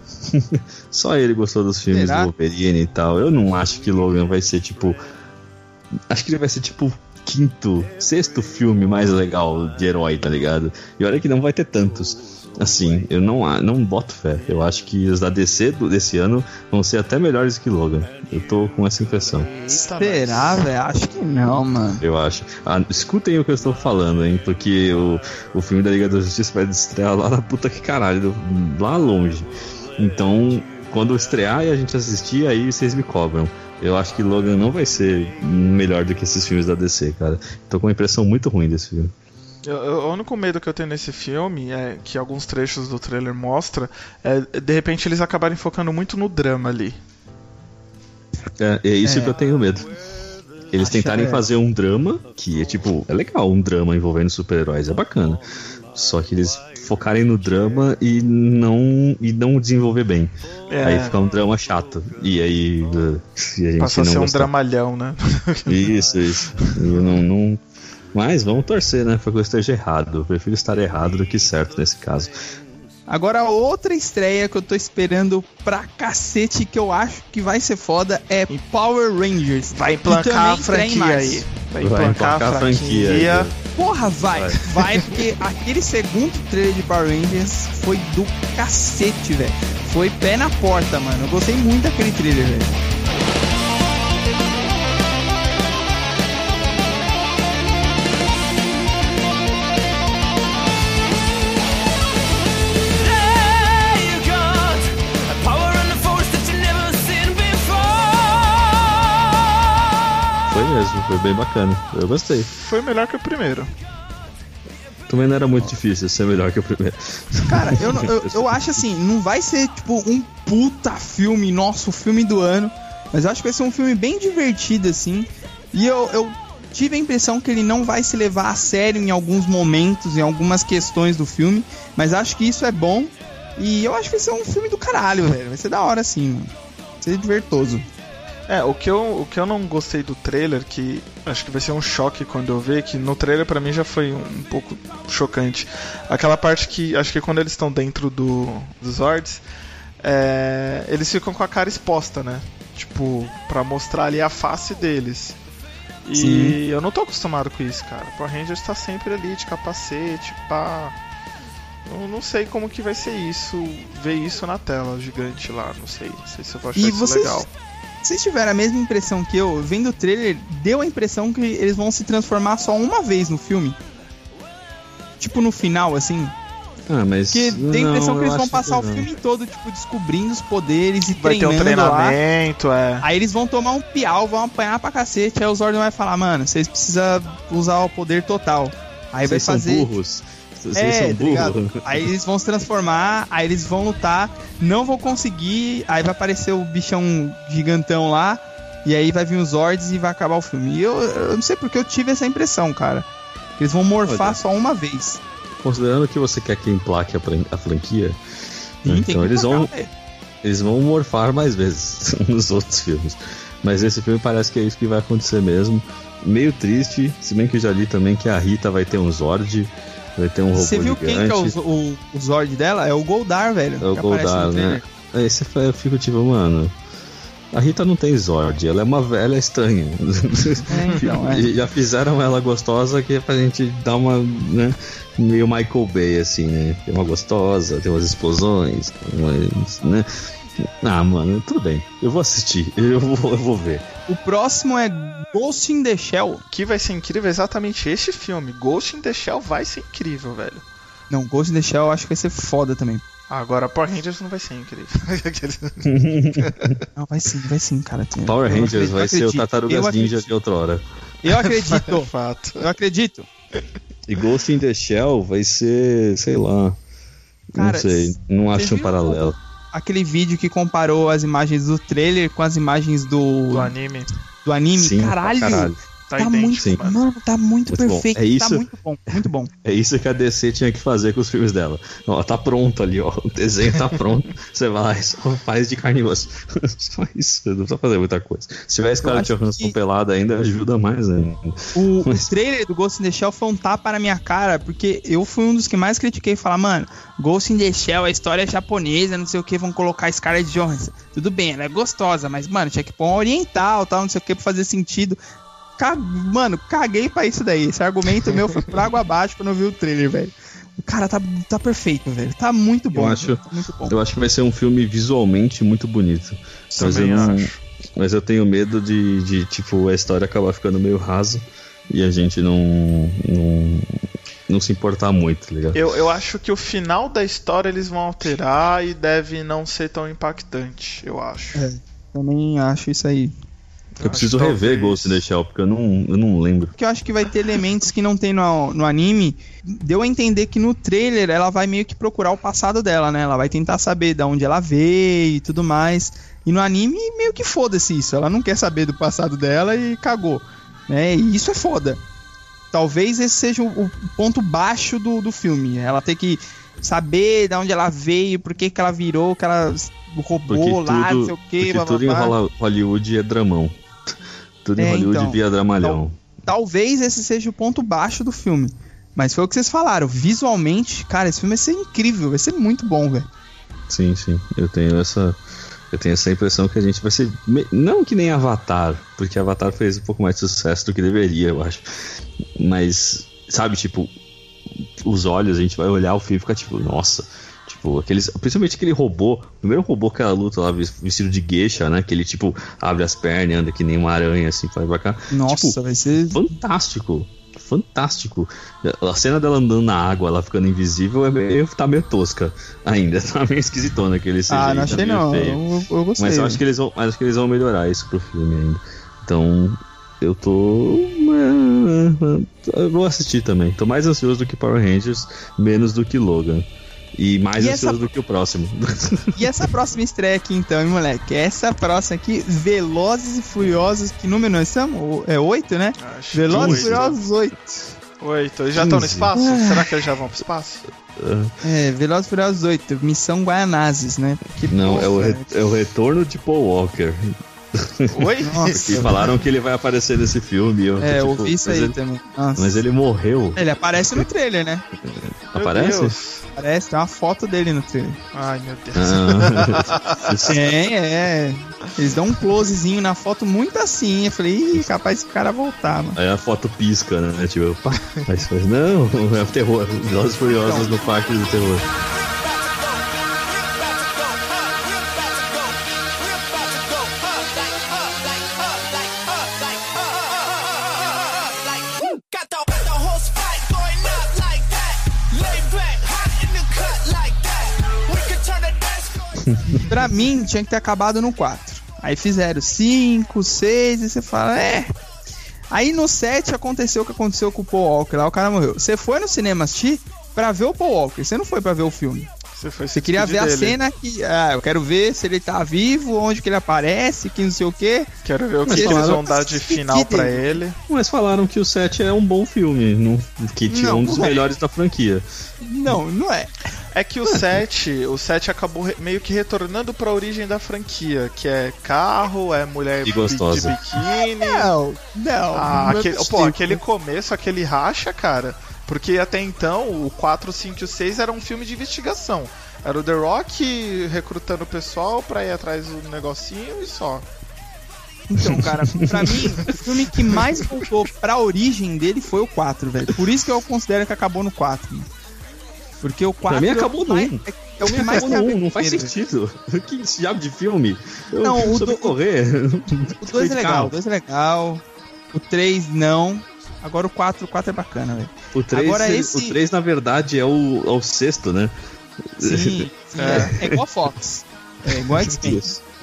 Só ele gostou dos filmes Será? do Wolverine e tal. Eu não acho que Logan vai ser tipo... Acho que ele vai ser tipo quinto, sexto filme mais legal de herói, tá ligado? E olha que não vai ter tantos. Assim, eu não, não boto fé. Eu acho que os da D C do, desse ano vão ser até melhores que Logan. Eu tô com essa impressão. Será, velho? Acho que não, mano. Eu acho. Ah, escutem o que eu estou falando, hein? Porque o, o filme da Liga da Justiça vai estrear lá na puta que caralho, lá longe. Então, quando estrear e a gente assistir, aí vocês me cobram. Eu acho que Logan não vai ser melhor do que esses filmes da D C, cara. Tô com uma impressão muito ruim desse filme. Eu, eu, o único medo que eu tenho nesse filme é que alguns trechos do trailer mostra é, de repente eles acabarem focando muito no drama ali. É, é isso É. que eu tenho medo. Eles Acho tentarem é. fazer um drama, que é tipo, é legal um drama envolvendo super-heróis, é bacana. Só que eles focarem no drama e não, e não desenvolver bem. É. Aí fica um drama chato. E aí uh, e a gente Passa a não ser um gostar. dramalhão, né? Isso, isso. Eu não, não... Mas vamos torcer, né? Pra que eu esteja errado. Eu prefiro estar errado do que certo nesse caso. Agora, outra estreia que eu tô esperando pra cacete, que eu acho que vai ser foda, é Power Rangers. Vai E emplacar também a estreia em franquia março. aí. Vai Vai emplacar, emplacar a franquia. aí. Porra, vai, Vai. vai, porque aquele segundo trailer de Power Rangers foi do cacete, velho. Foi pé na porta, mano. Eu gostei muito daquele trailer, velho. There you got a power and a force that you never seen before. foi bem bacana. Eu gostei. Foi melhor que o primeiro. Também não era muito difícil ser melhor que o primeiro. Cara, eu, eu, eu acho assim, não vai ser tipo um puta filme, nosso filme do ano, mas eu acho que vai ser um filme bem divertido, assim. E eu, eu tive a impressão que ele não vai se levar a sério em alguns momentos, em algumas questões do filme, mas acho que isso é bom. E eu acho que vai ser um filme do caralho, velho. Vai ser da hora, assim, mano. Vai ser divertoso. É, o que, eu, o que eu não gostei do trailer, que acho que vai ser um choque quando eu ver, que no trailer pra mim já foi um, um pouco chocante. Aquela parte que, acho que quando eles estão dentro do, dos Zords, é, eles ficam com a cara exposta, né? Tipo, pra mostrar ali a face deles. E Sim. eu não tô acostumado com isso, cara. O Power Rangers tá sempre ali de capacete, pá. Eu não sei como que vai ser isso, ver isso na tela gigante lá, não sei. Não sei se eu vou achar e isso vocês... legal. Vocês tiveram a mesma impressão que eu? Vendo o trailer, deu a impressão que eles vão se transformar só uma vez no filme. Tipo no final, assim. Ah, mas... Porque tem a impressão não, que eles vão que passar não. o filme todo, tipo, descobrindo os poderes e vai treinando ter um treinamento, lá. é. Aí eles vão tomar um piau, vão apanhar pra cacete. Aí o Zordon vai falar, mano, vocês precisam usar o poder total. Aí vocês vai fazer... são burros. Vocês é, são tá ligado? burros. Aí eles vão se transformar, aí eles vão lutar, não vão conseguir, aí vai aparecer o bichão gigantão lá, e aí vai vir os Zords e vai acabar o filme. E eu, eu não sei porque eu tive essa impressão, cara. Eles vão morfar Olha, só uma vez. Considerando que você quer que emplaque a, a franquia, Sim, então eles vão, eles vão morfar mais vezes nos outros filmes. Mas esse filme parece que é isso que vai acontecer mesmo. Meio triste, se bem que eu já li também que a Rita vai ter um Zord, vai ter um robô Você viu gigante. quem que é o, o, o Zord dela? É o Goldar, velho. É o Goldar, né? Aí você eu fico tipo, mano... A Rita não tem Zord, ela é uma velha estranha. É, então, é. Já fizeram ela gostosa que é pra gente dar uma, né, meio Michael Bay, assim, né? Tem uma gostosa, tem umas explosões, umas, né? Ah, mano, tudo bem. Eu vou assistir, eu vou, eu vou ver. O próximo é Ghost in the Shell. Que vai ser incrível exatamente este filme. Ghost in the Shell vai ser incrível, velho. Não, Ghost in the Shell eu acho que vai ser foda também. Agora, Power Rangers não vai ser incrível. Não, vai sim, vai sim, cara. Tem... Power Rangers acredito, vai ser o Tartarugas Ninja de outrora. Eu acredito. Fato. Eu acredito. E Ghost in the Shell vai ser, sei lá, cara, não sei, não acho um paralelo. Aquele vídeo que comparou as imagens do trailer com as imagens do... Do anime. Do anime, Sim, caralho. caralho. Tá, tá muito, sim. mano, tá muito, muito perfeito, é isso, tá muito bom, muito bom. É isso que a D C tinha que fazer com os filmes dela. Ó, tá pronto ali, ó, o desenho tá pronto, você vai, só faz de carne e osso. Só isso, não precisa fazer muita coisa. Se tiver Scarlett Johansson que... pelada ainda, ajuda mais ainda. O, Mas... o trailer do Ghost in the Shell foi um tapa na minha cara, porque eu fui um dos que mais critiquei, falar, mano, Ghost in the Shell, a história é japonesa, não sei o que, vão colocar Scarlett Johansson. Tudo bem, ela é gostosa, mas, mano, tinha que pôr um oriental, tal, não sei o que, pra fazer sentido. Mano, caguei pra isso daí. Esse argumento meu foi por água abaixo quando eu vi o trailer, velho. O cara tá, tá perfeito, velho. Tá muito bom. Eu acho, tá muito bom. Eu acho que vai ser um filme visualmente muito bonito. Mas eu, não, mas eu tenho medo de, de, tipo, a história acabar ficando meio rasa e a gente não, não, não se importar muito, tá ligado? Eu, eu acho que o final da história eles vão alterar e deve não ser tão impactante, eu acho. É, também acho isso aí. Eu, eu preciso rever talvez... Ghost in the Shell, porque eu não, eu não lembro. Porque eu acho que vai ter elementos que não tem no, no anime. Deu a entender que no trailer ela vai meio que procurar o passado dela, né? Ela vai tentar saber de onde ela veio e tudo mais. E no anime meio que foda-se isso. Ela não quer saber do passado dela e cagou, né? E isso é foda. Talvez esse seja o, o ponto baixo do, do filme. Ela ter que saber de onde ela veio, por que que ela virou, que ela roubou lá, não sei o que. Porque tudo em Hollywood é dramão. Tudo em é, Hollywood então, via dramalhão. Tal, talvez esse seja o ponto baixo do filme. Mas foi o que vocês falaram. Visualmente, cara, esse filme vai ser incrível. Vai ser muito bom, velho. Sim, sim. Eu tenho essa... Eu tenho essa impressão que a gente vai ser... Não que nem Avatar. Porque Avatar fez um pouco mais de sucesso do que deveria, eu acho. Mas, sabe, tipo... Os olhos, a gente vai olhar o filme e ficar tipo... Nossa... Tipo, aqueles, principalmente aquele robô, o primeiro robô que ela luta lá, vestido de geisha, né? Que ele, tipo, abre as pernas e anda que nem uma aranha, assim, vai pra cá. Nossa, tipo, vai ser... fantástico, fantástico. A cena dela andando na água, ela ficando invisível, é meio, tá meio tosca ainda. Tá meio esquisitona aquele C G I. Ah, não achei tá não, eu, eu gostei. Mas eu acho que eles vão, acho que eles vão melhorar isso pro filme ainda. Então... Eu tô... Eu vou assistir também. Tô mais ansioso do que Power Rangers, menos do que Logan. E mais e ansioso essa... do que o próximo. E essa próxima estreia aqui então, hein, moleque? Essa próxima aqui, Velozes e Furiosos, que número nós estamos? É oito, né? Acho Velozes e Furiosos oito. Oito. Eles já estão no espaço? Ah. Será que eles já vão pro espaço? É, Velozes e Furiosos oito, Missão Guaianazes, né? Que Não, porra, é, o re- é o retorno de Paul Walker. Oi? Nossa. E falaram que ele vai aparecer nesse filme. Eu, é, eu tipo, ouvi isso aí ele, também. Nossa. Mas ele morreu. Ele aparece no trailer, né? Aparece? Aparece, tem uma foto dele no trailer. Ai, meu Deus. Ah. Tem, é. Eles dão um closezinho na foto muito assim. Eu falei, ih, capaz esse cara voltar, mano. Aí a foto pisca, né? Tipo, pá. Mas, mas não, é o terror. Velozes Furiosos no Parque do Terror. Pra mim, tinha que ter acabado no quatro. Aí fizeram cinco, seis, e você fala, é. Aí no sete aconteceu o que aconteceu com o Paul Walker lá, o cara morreu. Você foi no cinema assistir pra ver o Paul Walker, você não foi pra ver o filme. Você, foi você queria ver dele. A cena que... Ah, eu quero ver se ele tá vivo, onde que ele aparece, que não sei o quê. Quero ver o que, que eles vão dar de final pra ele. Mas falaram que o sete é um bom filme, não, que tinha um dos é. melhores da franquia. Não, não é. É que o sete, o sete acabou re- meio que retornando pra origem da franquia, que é carro, é mulher de biquíni. Não, não. Ah, não aquele, pô, aquele começo, aquele racha, cara. Porque até então, o quatro, cinco e o seis era um filme de investigação. Era o The Rock recrutando o pessoal pra ir atrás do negocinho e só. Então, cara, pra mim, o filme que mais voltou pra origem dele foi o quatro, velho. Por isso que eu considero que acabou no quatro, mano. Porque o quatro... Pra mim acabou no um. É o que mais acabou no um, não faz sentido. Que diabo de filme? Eu não, o sobre do... correr. O dois é legal, o dois é legal. O três não. Agora o quatro, o quatro é bacana, velho. O três, Agora esse... o três na verdade é o, é o sexto, né? Sim, sim é. é igual a Fox. É igual a X-Men.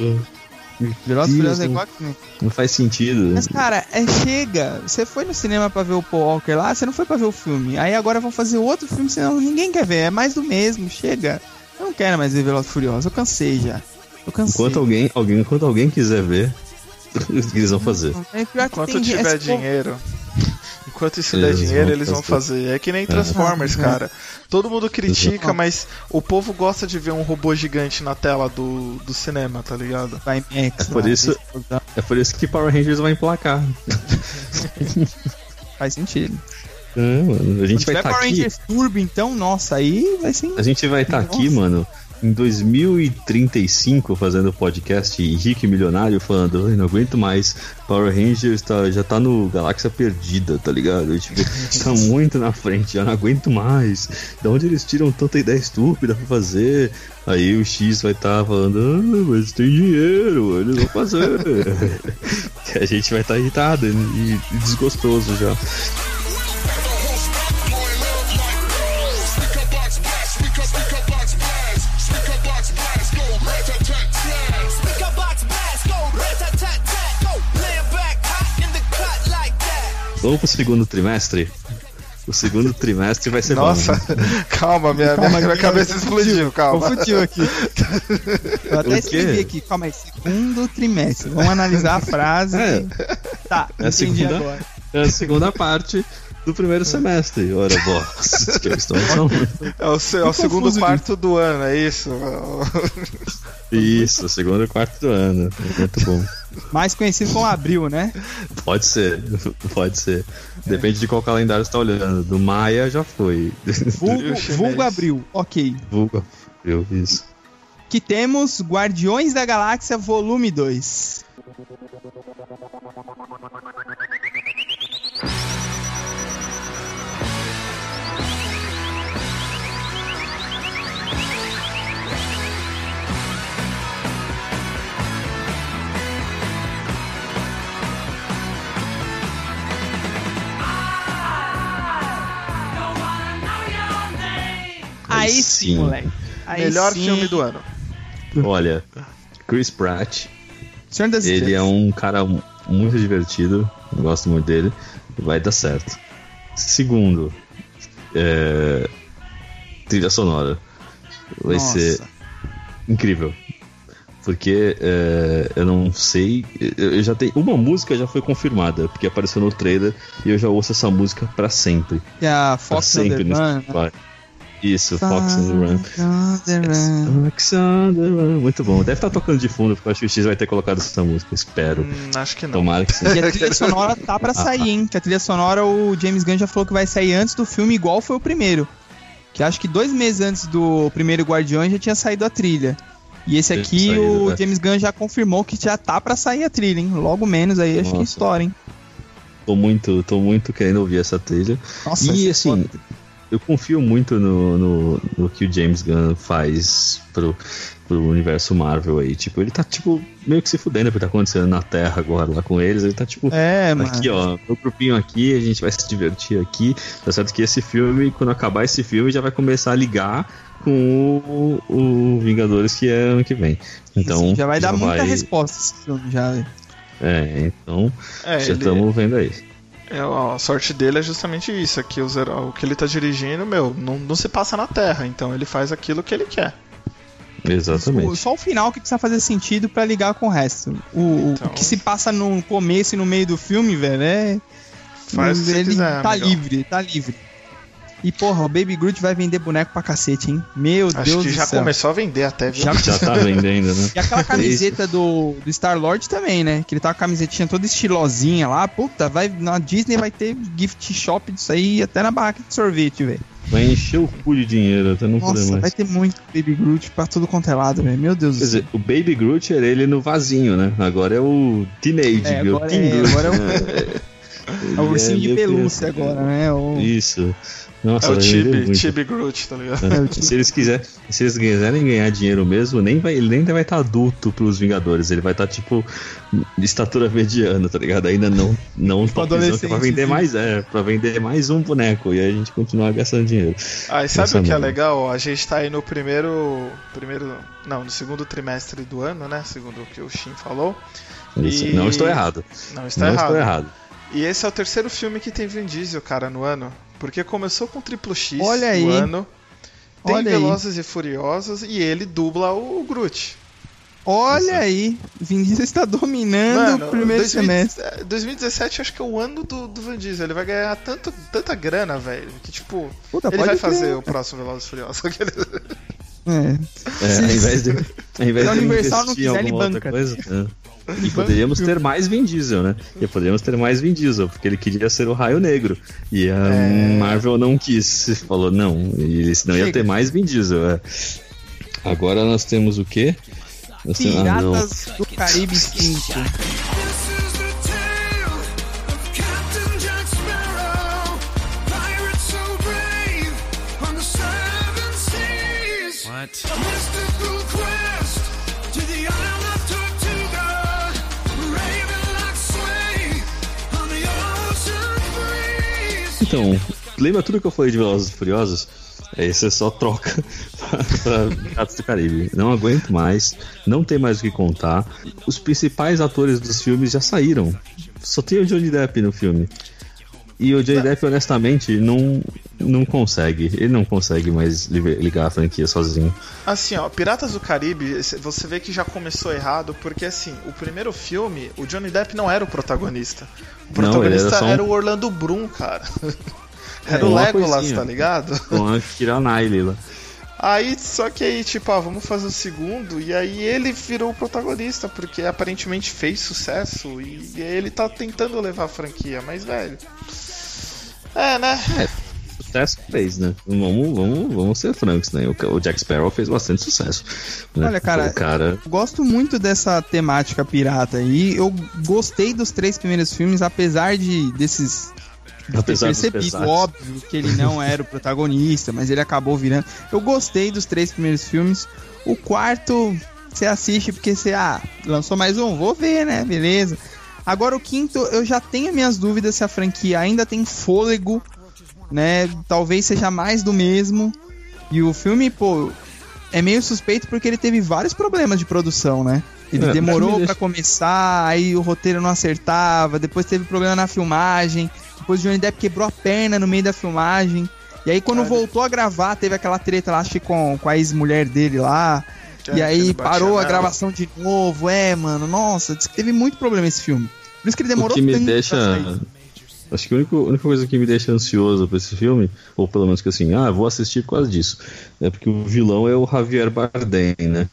Velozes e Furiosos é igual a X-Men. Não faz sentido. Mas, cara, é, chega. Você foi no cinema pra ver o Paul Walker lá, você não foi pra ver o filme. Aí agora vão fazer outro filme, senão ninguém quer ver. É mais do mesmo, chega. Eu não quero mais ver Velozes e Furiosos, eu cansei já. Eu cansei. Enquanto alguém, alguém, enquanto alguém quiser ver, o que eles vão fazer? É Enquanto tiver dinheiro... Enquanto isso der dinheiro, eles vão fazer. É que nem Transformers, é. cara. Todo mundo critica, mas o povo gosta de ver um robô gigante na tela do, do cinema, tá ligado? Vai, é, por isso, é por isso que Power Rangers vai emplacar. Faz sentido. É, mano, a gente Quando vai estar tá Power aqui. Rangers Turbo, então, nossa, aí vai ser. A gente vai estar tá aqui, mano, em dois mil e trinta e cinco fazendo podcast Rico e Milionário, falando, não aguento mais, Power Rangers tá, já tá no Galáxia Perdida, tá ligado? Tipo, tá muito na frente, já não aguento mais. Da onde eles tiram tanta ideia estúpida pra fazer? Aí o X vai estar tá falando, ah, mas tem dinheiro, eles vão fazer. A gente vai estar tá irritado e, e desgostoso já. Vamos pro segundo trimestre? O segundo trimestre vai ser Nossa, bom. Nossa, calma, minha, calma, minha, minha cabeça explodiu, calma. Confundiu aqui. Eu até escrevi aqui, calma aí, segundo trimestre. Vamos analisar a frase. É. Tá, é a segunda, agora. É a segunda parte do primeiro semestre. Ora, bosta, que estão É o, se, é o segundo quarto do ano, é isso? Isso, segundo quarto do ano. Muito bom. Mais conhecido como abril, né? Pode ser, pode ser. Depende de qual calendário você tá olhando. Do Maia já foi. Vulgo, vulgo abril, ok. Vulgo abril, isso. Que temos Guardiões da Galáxia Volume dois. Aí sim, sim, moleque. Aí Melhor sim. filme do ano. Olha, Chris Pratt. Senhor das Ele Estrelas. é um cara muito divertido. Eu gosto muito dele. Vai dar certo. Segundo, é... trilha sonora. Vai Nossa. ser incrível. Porque é, eu não sei. Eu já tenho. Uma música já foi confirmada, porque apareceu no trailer e eu já ouço essa música pra sempre. É a Fox pra sempre on the Run. Né? Isso, Fox on the Run. Fox on the Run. Muito bom. Deve estar tocando de fundo, porque eu acho que o X vai ter colocado essa música. Espero. Hum, acho que não. Tomara que sim. E a trilha sonora tá pra sair, hein? Que a trilha sonora, o James Gunn já falou que vai sair antes do filme, igual foi o primeiro. Que acho que dois meses antes do primeiro Guardiões já tinha saído a trilha. E esse aqui, saído, o né? James Gunn já confirmou que já tá pra sair a trilha, hein? Logo menos aí, Nossa. acho que estoura, hein? Tô muito, tô muito querendo ouvir essa trilha. Nossa, e assim, foda. eu confio muito no, no, no que o James Gunn faz pro, pro universo Marvel aí. Tipo, ele tá, tipo, meio que se fudendo porque tá acontecendo na Terra agora lá com eles. Ele tá, tipo, é, aqui, ó, meu grupinho aqui, a gente vai se divertir aqui. Tá certo que esse filme, quando acabar esse filme, já vai começar a ligar com o, o Vingadores, que é ano que vem. Então, Sim, já vai dar já muita vai... resposta esse filme, já. É, então, é, já estamos ele... vendo aí. É, a sorte dele é justamente isso, aqui o, zero, o que ele tá dirigindo, meu, não, não se passa na Terra, então ele faz aquilo que ele quer. Exatamente. Só o final que precisa fazer sentido pra ligar com o resto. O, então... o que se passa no começo e no meio do filme, velho, é... Faz se ele quiser, tá amigão. livre, tá livre. E porra, o Baby Groot vai vender boneco pra cacete, hein? Meu Acho Deus do céu. Acho que já começou a vender até, viu? Já, já tá vendendo, né? E aquela camiseta do, do Star-Lord também, né? Que ele tá com a camisetinha toda estilosinha lá. Puta, vai, na Disney vai ter gift shop disso aí até na barraca de sorvete, velho. Vai encher o cu de dinheiro até não poder mais. Nossa, vai ter muito Baby Groot pra tudo quanto é lado, velho. Meu Deus do céu. Quer dizer, o Baby Groot era ele no vasinho, né? Agora é o Teenage, é, viu? agora, Teen é, Groot. agora é o, é o ursinho de pelúcia agora, né? O... Isso. Nossa, é o Chibi, Chibi Groot, tá ligado? É, se eles quiserem, se eles quiserem ganhar dinheiro mesmo, nem vai, ele ainda vai estar adulto pros Vingadores, ele vai estar tipo de estatura mediana, tá ligado? Ainda não não tipo topzão, pra vender mais, é, para vender mais um boneco e aí a gente continuar gastando dinheiro. Ah, e sabe o que é legal? A gente tá aí no primeiro primeiro, não, no segundo trimestre do ano, né? Segundo o que o Shin falou. Isso, e... não estou errado. Não está não errado. estou errado. E esse é o terceiro filme que tem Vin Diesel, cara, no ano. Porque começou com Triplo X Olha no aí. ano. Tem Olha Velozes aí. e Furiosos e ele dubla o Groot. Olha Isso. aí, Vin Diesel está dominando Mano, o primeiro dois mil, semestre. dois mil e dezessete acho que é o ano do, do Vin Diesel. Ele vai ganhar tanto, tanta grana, velho, que tipo, Puta, ele pode vai crer. fazer o próximo Velozes e Furiosos. É. É, ao invés de, ao invés Se a de Universal investir não em quiser, ele alguma outra banca. coisa, é. E poderíamos ter mais Vin Diesel, né? E poderíamos ter mais Vin Diesel, porque ele queria ser o Raio Negro. E a É. Marvel não quis. Falou, não. E senão ia Chega. ter mais Vin Diesel. É. Agora nós temos o quê? Nós temos- ah, não. Piratas do Caribe cinco. Então, lembra tudo que eu falei de Velozes e Furiosos? Aí você só troca pra, pra Piratas do Caribe. Não aguento mais, não tem mais o que contar. Os principais atores dos filmes já saíram. Só tem o Johnny Depp no filme. E o Johnny Depp, honestamente, não, não consegue. Ele não consegue mais li- ligar a franquia sozinho. Assim, ó, Piratas do Caribe, você vê que já começou errado, porque assim, o primeiro filme, o Johnny Depp não era o protagonista. O Não, ele protagonista era só um- era o Orlando Bloom, cara. Era É, o uma Legolas, coisinha. tá ligado? Com a Keira Knightley lá. Aí, só que aí, tipo, ah, vamos fazer o segundo, e aí ele virou o protagonista, porque aparentemente fez sucesso, e, e aí ele tá tentando levar a franquia, mas, velho... É, né? Sucesso fez, né? Vamos, vamos, vamos ser francos, né? O, o Jack Sparrow fez bastante sucesso. Né? Olha, cara, O cara... eu gosto muito dessa temática pirata e eu gostei dos três primeiros filmes, apesar de desses de Apesar ter dos percebido, pesares. óbvio, que ele não era o protagonista, mas ele acabou virando. Eu gostei dos três primeiros filmes. O quarto, você assiste porque você, ah, lançou mais um, vou ver, né? Beleza. Agora o quinto, eu já tenho minhas dúvidas se a franquia ainda tem fôlego, né? Talvez seja mais do mesmo. E o filme, pô, é meio suspeito porque ele teve vários problemas de produção, né? Ele É, demorou deixa- pra começar, aí o roteiro não acertava, depois teve problema na filmagem, depois o Johnny Depp quebrou a perna no meio da filmagem, e aí quando Ah, voltou a gravar, teve aquela treta lá, acho que com, com a ex-mulher dele lá, É, e aí ele batia parou a nela. gravação de novo, é, mano, nossa, diz que teve muito problema esse filme. Por isso que ele demorou O que me tanto pra deixa. sair. Acho que a única, a única coisa que me deixa ansioso pra esse filme, ou pelo menos que assim, ah, vou assistir por causa disso, é porque o vilão é o Javier Bardem, né?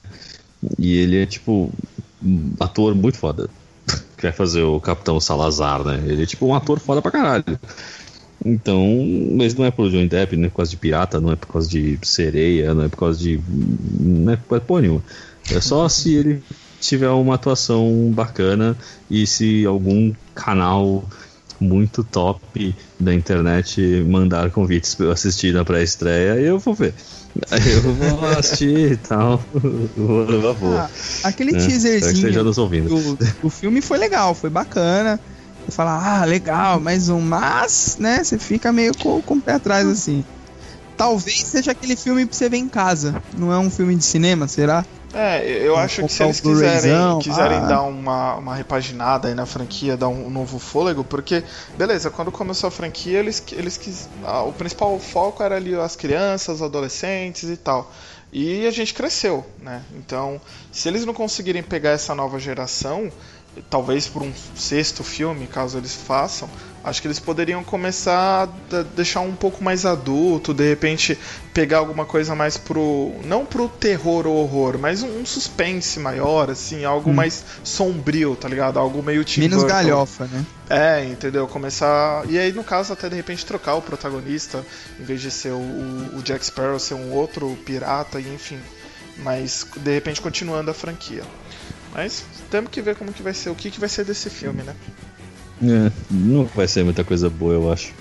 E ele é tipo um ator muito foda. Que vai fazer o Capitão Salazar, né? Ele é tipo um ator foda pra caralho. Então, mas não é por Johnny Depp, não é por causa de pirata, não é por causa de sereia, não é por causa de. Não é por causa de porra nenhuma. É só se ele tiver uma atuação bacana e se algum canal muito top da internet mandar convites pra eu assistir na pré-estreia, eu vou ver. Eu vou assistir e tal. Vou levar boa. Ah, aquele É, espero que teaserzinho esteja nos ouvindo. do, do filme foi legal, foi bacana. Você fala, ah, legal, mais um, mas, né, você fica meio com, com o pé atrás, assim. Talvez seja aquele filme pra você ver em casa, não é um filme de cinema, será? É, eu Um acho que se comprar eles o Blu-rayzão, quiserem, quiserem ah. dar uma, uma repaginada aí na franquia, dar um, um novo fôlego, porque, beleza, quando começou a franquia, eles, eles quis, ah, o principal foco era ali as crianças, os adolescentes e tal. E a gente cresceu, né? Então, se eles não conseguirem pegar essa nova geração, talvez por um sexto filme, caso eles façam, acho que eles poderiam começar a deixar um pouco mais adulto, de repente pegar alguma coisa mais pro, não pro terror ou horror, mas um, um suspense maior, assim, algo Hum. mais sombrio, tá ligado? Algo meio Tim Menos Burton. galhofa, né? É, entendeu? Começar. E aí, no caso, até de repente trocar o protagonista, em vez de ser o, o Jack Sparrow, ser um outro pirata, e enfim. Mas de repente continuando a franquia. Mas temos que ver como que vai ser, o que, que vai ser desse filme, né? É, não vai ser muita coisa boa, eu acho.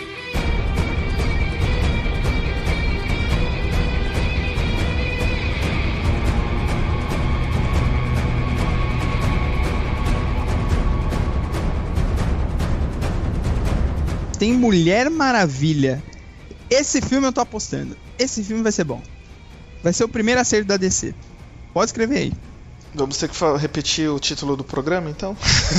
Tem Mulher Maravilha. Esse filme eu tô apostando. Esse filme vai ser bom. Vai ser o primeiro acerto da D C. Pode escrever aí. Vamos ter que fa- repetir o título do programa, então?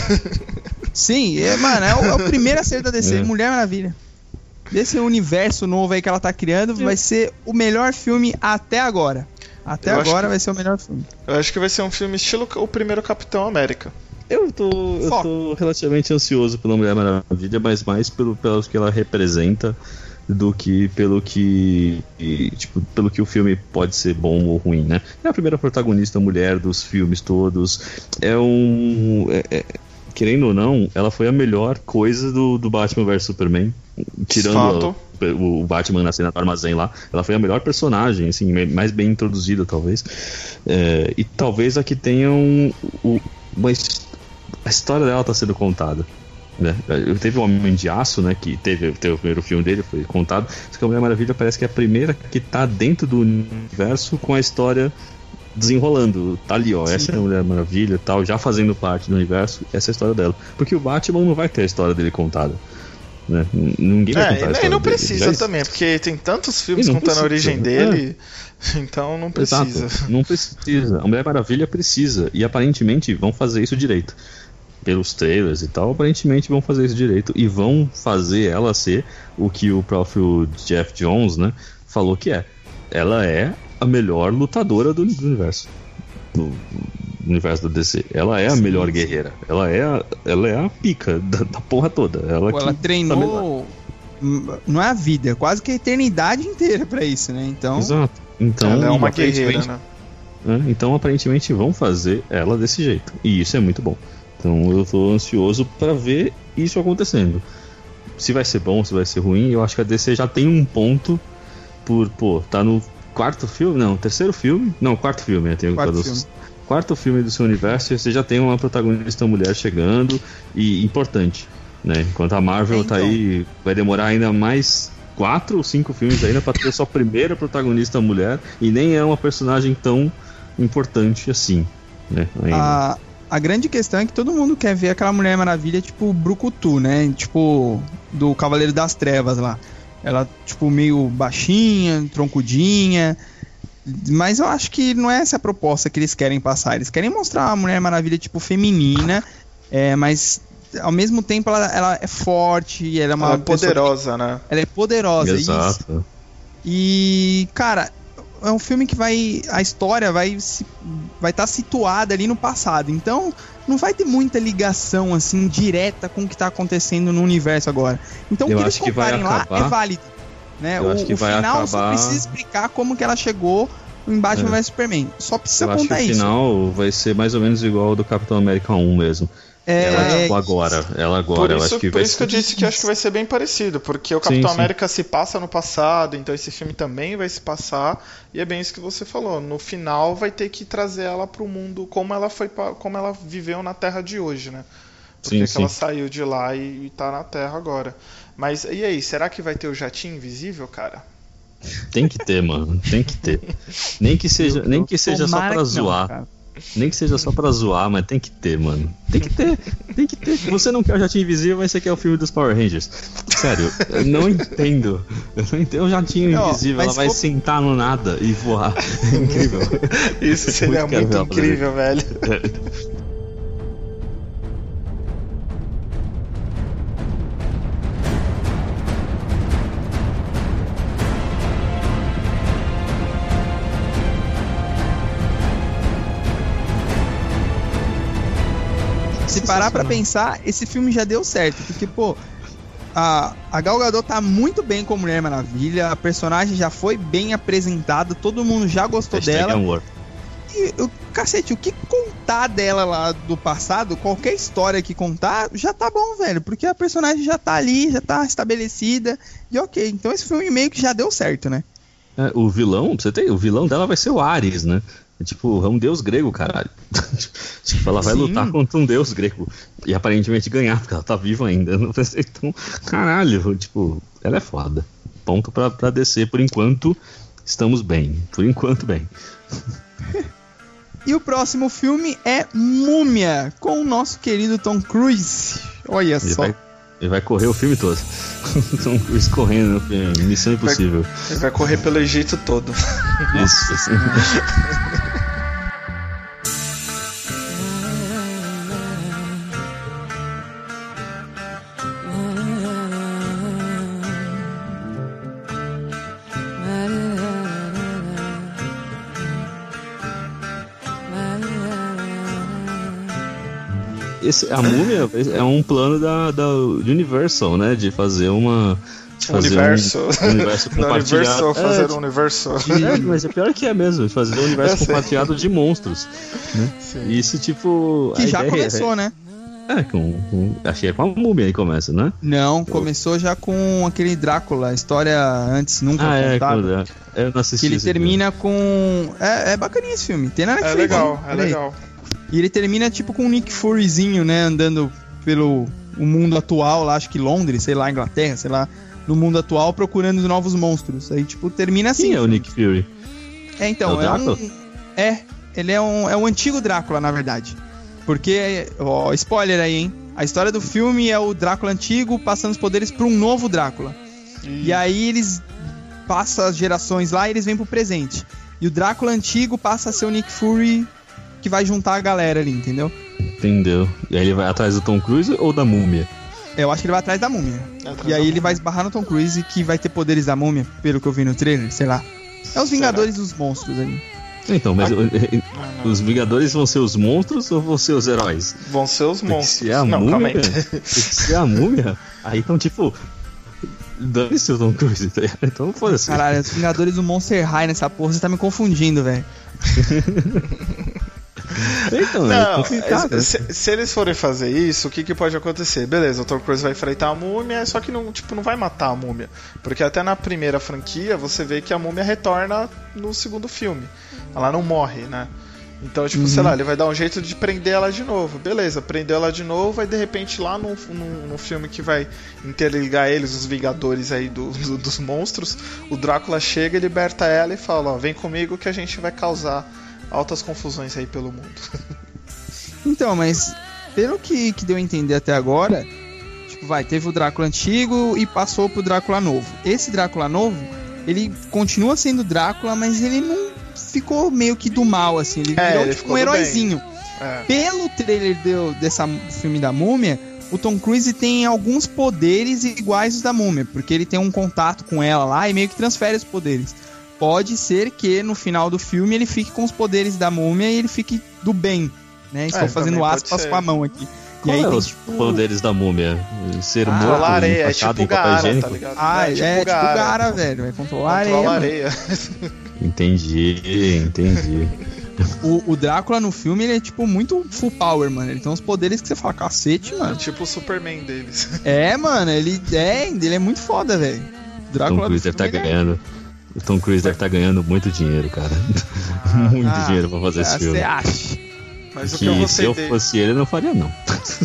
Sim, é, mano, é o, é o primeiro acerto da D C, É. Mulher Maravilha. Desse universo novo aí que ela tá criando, vai ser o melhor filme até agora. Até Eu acho agora que- vai ser o melhor filme. Eu acho que vai ser um filme estilo o primeiro Capitão América. Eu tô, eu Foco. tô relativamente ansioso pela Mulher Maravilha, mas mais pelo, pelo que ela representa do que pelo que e, tipo, pelo que o filme pode ser bom ou ruim, né? É a primeira protagonista mulher dos filmes todos. É um... É, é, querendo ou não, ela foi a melhor coisa do, do Batman versus Superman. Tirando a, o, o Batman na cena do armazém lá. Ela foi a melhor personagem, assim, mais bem introduzida, talvez. É, e talvez a que tenha um... um uma his- a história dela tá sendo contada, né? Teve o Homem de Aço, né? Que teve, teve o primeiro filme dele, foi contado. Só que a Mulher Maravilha parece que é a primeira que tá dentro do universo com a história desenrolando. Tá ali, ó. Sim. Essa é a Mulher Maravilha, tal, já fazendo parte do universo. Essa é a história dela. Porque o Batman não vai ter a história dele contada, né? Ninguém vai É, contar a e história nem não dele. precisa Já- também, porque tem tantos filmes E não contando a precisa, origem dele, então não precisa. Exato, não precisa. A Mulher Maravilha precisa. E aparentemente vão fazer isso direito. Pelos trailers e tal, aparentemente vão fazer isso direito. E vão fazer ela ser o que o próprio Jeff Jones, né, falou que é. Ela é a melhor lutadora do, do universo. Do universo da D C. Ela é a Sim, melhor sim. guerreira. Ela é a, ela é a pica da, da porra toda. Ela, Pô, que ela tá melhor. treinou, hum, não é a vida, quase que a eternidade inteira pra isso, né? Então, Exato. Então, Ela é uma aparentemente- guerreira, né? né? Então, aparentemente, vão fazer ela desse jeito. E isso é muito bom. Então, eu tô ansioso pra ver isso acontecendo. Se vai ser bom, se vai ser ruim, eu acho que a D C já tem um ponto por, pô, tá no quarto filme? Não, terceiro filme? Não, quarto filme, né? Tem o Quarto do- filme. quarto filme do seu universo e você já tem uma protagonista mulher chegando e importante, né? Enquanto a Marvel É, então. tá aí, vai demorar ainda mais quatro ou cinco filmes ainda pra ter sua primeira protagonista mulher e nem é uma personagem tão importante assim, né? Ainda. a, a grande questão é que todo mundo quer ver aquela Mulher Maravilha tipo brucutu, né? Tipo do Cavaleiro das Trevas lá. Ela tipo meio baixinha, troncudinha. Mas eu acho que não é essa a proposta que eles querem passar. Eles querem mostrar uma Mulher Maravilha, tipo, feminina, é, mas ao mesmo tempo ela, ela é forte, ela é uma ela é poderosa, que, né? Ela é poderosa, Exato. Isso. E, cara, é um filme que vai... A história vai se, vai estar situada ali no passado. Então, não vai ter muita ligação, assim, direta com o que tá acontecendo no universo agora. Então, eu o que eles acho que vai contarem lá acabar... é válido. Né? Eu o acho que o vai final acabar... só precisa explicar como que ela chegou em Batman É. vs Superman. Só precisa Eu acho que contar o isso. final vai ser mais ou menos igual ao do Capitão América um mesmo. É, ela, é, tipo, agora. Ela agora. Por eu isso, acho que por vai isso que eu ser... disse que eu acho que vai ser bem parecido, porque o Sim, Capitão sim. América se passa no passado, então esse filme também vai se passar, e é bem isso que você falou. No final vai ter que trazer ela pro mundo como ela foi, pra- como ela viveu na Terra de hoje, né? Porque Sim, que sim. ela saiu de lá e, e tá na Terra agora. Mas e aí, será que vai ter o jatinho invisível, cara? Tem que ter, mano. Tem que ter. Nem que seja, nem que seja só Tomara pra que não, zoar. cara. Nem que seja só pra zoar, mas tem que ter, mano. Tem que ter. Tem que ter. Você não quer o Jatinho Invisível, mas você quer o filme dos Power Rangers. Sério, eu não entendo. Eu não entendo o Jatinho Não, Invisível. mas Ela vai for- sentar no nada e voar. É incrível. Isso seria Muito quero muito ver ela fazer incrível, velho. Se parar pra pensar, esse filme já deu certo. Porque, pô, a, a Gal Gadot tá muito bem como Mulher Maravilha. A personagem já foi bem apresentada. Todo mundo já gostou Hashtag dela. amor. E, o cacete, o que contar dela lá do passado, qualquer história que contar, já tá bom, velho. Porque a personagem já tá ali, já tá estabelecida. E ok, então esse filme meio que já deu certo, né? É, o vilão, pra você ter, o vilão dela vai ser o Ares, né? É, tipo, é um deus grego, caralho. Tipo, ela vai Sim. lutar contra um deus grego. E aparentemente ganhar, porque ela tá viva ainda. Não vai ser tão. Caralho, tipo, ela é foda. Ponto pra, pra descer. Por enquanto, estamos bem. Por enquanto, bem. E o próximo filme é Múmia, com o nosso querido Tom Cruise. Olha Ele só. vai, ele vai correr o filme todo. Tom Cruise correndo no filme. Missão Impossível. Ele vai correr pelo Egito todo. Isso, assim. Esse, a Múmia é um plano da, da Universal, né? De fazer uma. De fazer Universo. Um, um universo Da compartilhado. Universal, fazer é, um universo. É, mas é pior que é mesmo, de fazer um universo Eu sei. compartilhado de monstros. Né? Sim. Isso, tipo. Que a já ideia começou, é, né? É, com, com. Achei que é com a Múmia aí começa, né? Não, começou já com aquele Drácula, a história antes nunca Ah, é, contada. quando é. Eu não assisti. Que ele esse termina com... É, é bacaninha esse filme, tem nada que É fazer, legal, hein? é Olha aí. legal. E ele termina tipo com o Nick Furyzinho, né, andando pelo o mundo atual, lá, acho que Londres, sei lá, Inglaterra, sei lá, no mundo atual, procurando novos monstros. Aí, tipo, termina assim. Quem é o Nick Fury? É, então, É o é, Drácula? um... É, ele é um, é um antigo Drácula, na verdade. Porque, ó, spoiler aí, hein? A história do filme é o Drácula antigo passando os poderes pra um novo Drácula. E aí eles passam as gerações lá e eles vêm pro presente. E o Drácula antigo passa a ser o Nick Fury que vai juntar a galera ali, entendeu? Entendeu? E aí ele vai atrás do Tom Cruise ou da Múmia? Eu acho que ele vai atrás da múmia. É atrás E da aí ele múmia. vai esbarrar no Tom Cruise que vai ter poderes da múmia, pelo que eu vi no trailer, sei lá. É os Vingadores dos monstros ali. Então, mas Ah, não. os Vingadores vão ser os monstros ou vão ser os heróis? Vão ser os Tem que monstros. ser a Não, calma múmia. aí. Tem que ser a múmia. Aí então, tipo. Dane-se o Tom Cruise, tá ligado? Então foda-se. Caralho, os Vingadores do Monster High nessa porra, você tá me confundindo, velho. Então, é Não, complicado. se, se eles forem fazer isso, o que, que pode acontecer? Beleza, o Tom Cruise vai enfrentar a múmia, só que não, tipo, não vai matar a múmia. Porque até na primeira franquia você vê que a múmia retorna no segundo filme. Ela não morre, né? Então, tipo, Uhum. sei lá, ele vai dar um jeito de prender ela de novo. Beleza, prendeu ela de novo, aí de repente lá no, no, no filme que vai interligar eles, os Vingadores aí do, do- dos monstros, o Drácula chega e liberta ela e fala, ó, vem comigo que a gente vai causar altas confusões aí pelo mundo. Então, mas pelo que, que deu a entender até agora, tipo, vai, teve o Drácula antigo e passou pro Drácula novo. Esse Drácula novo, ele continua sendo Drácula, mas ele não, ficou meio que do mal, assim. Ele é, virou ele tipo um heróizinho. É. Pelo trailer do, dessa filme da Múmia, o Tom Cruise tem alguns poderes iguais aos da Múmia, porque ele tem um contato com ela lá e meio que transfere os poderes. Pode ser que no final do filme ele fique com os poderes da Múmia e ele fique do bem, né? Estou é, fazendo aspas com a mão aqui. Qual e aí é tem, os tipo... poderes da Múmia? Ser Ah, morto, controlar areia, é enfaixado tipo em papel Gaara, higiênico? tá ligado? Ah, é, é tipo, é tipo Gaara. Gaara, velho. Vai controlar Controla a areia. areia. Entendi, entendi. O, o Drácula no filme, ele é tipo muito full power, mano. Ele tem uns poderes que você fala, cacete, mano. É tipo o Superman deles. É, mano, ele é, ele é muito foda, velho. Tom Cruise deve estar tá ganhando. O Tom Cruise deve estar tá ganhando muito dinheiro, cara. Ah, muito ah, dinheiro pra fazer esse filme. Você acha? Mas que o que eu se eu dele... fosse ele, eu não faria, não.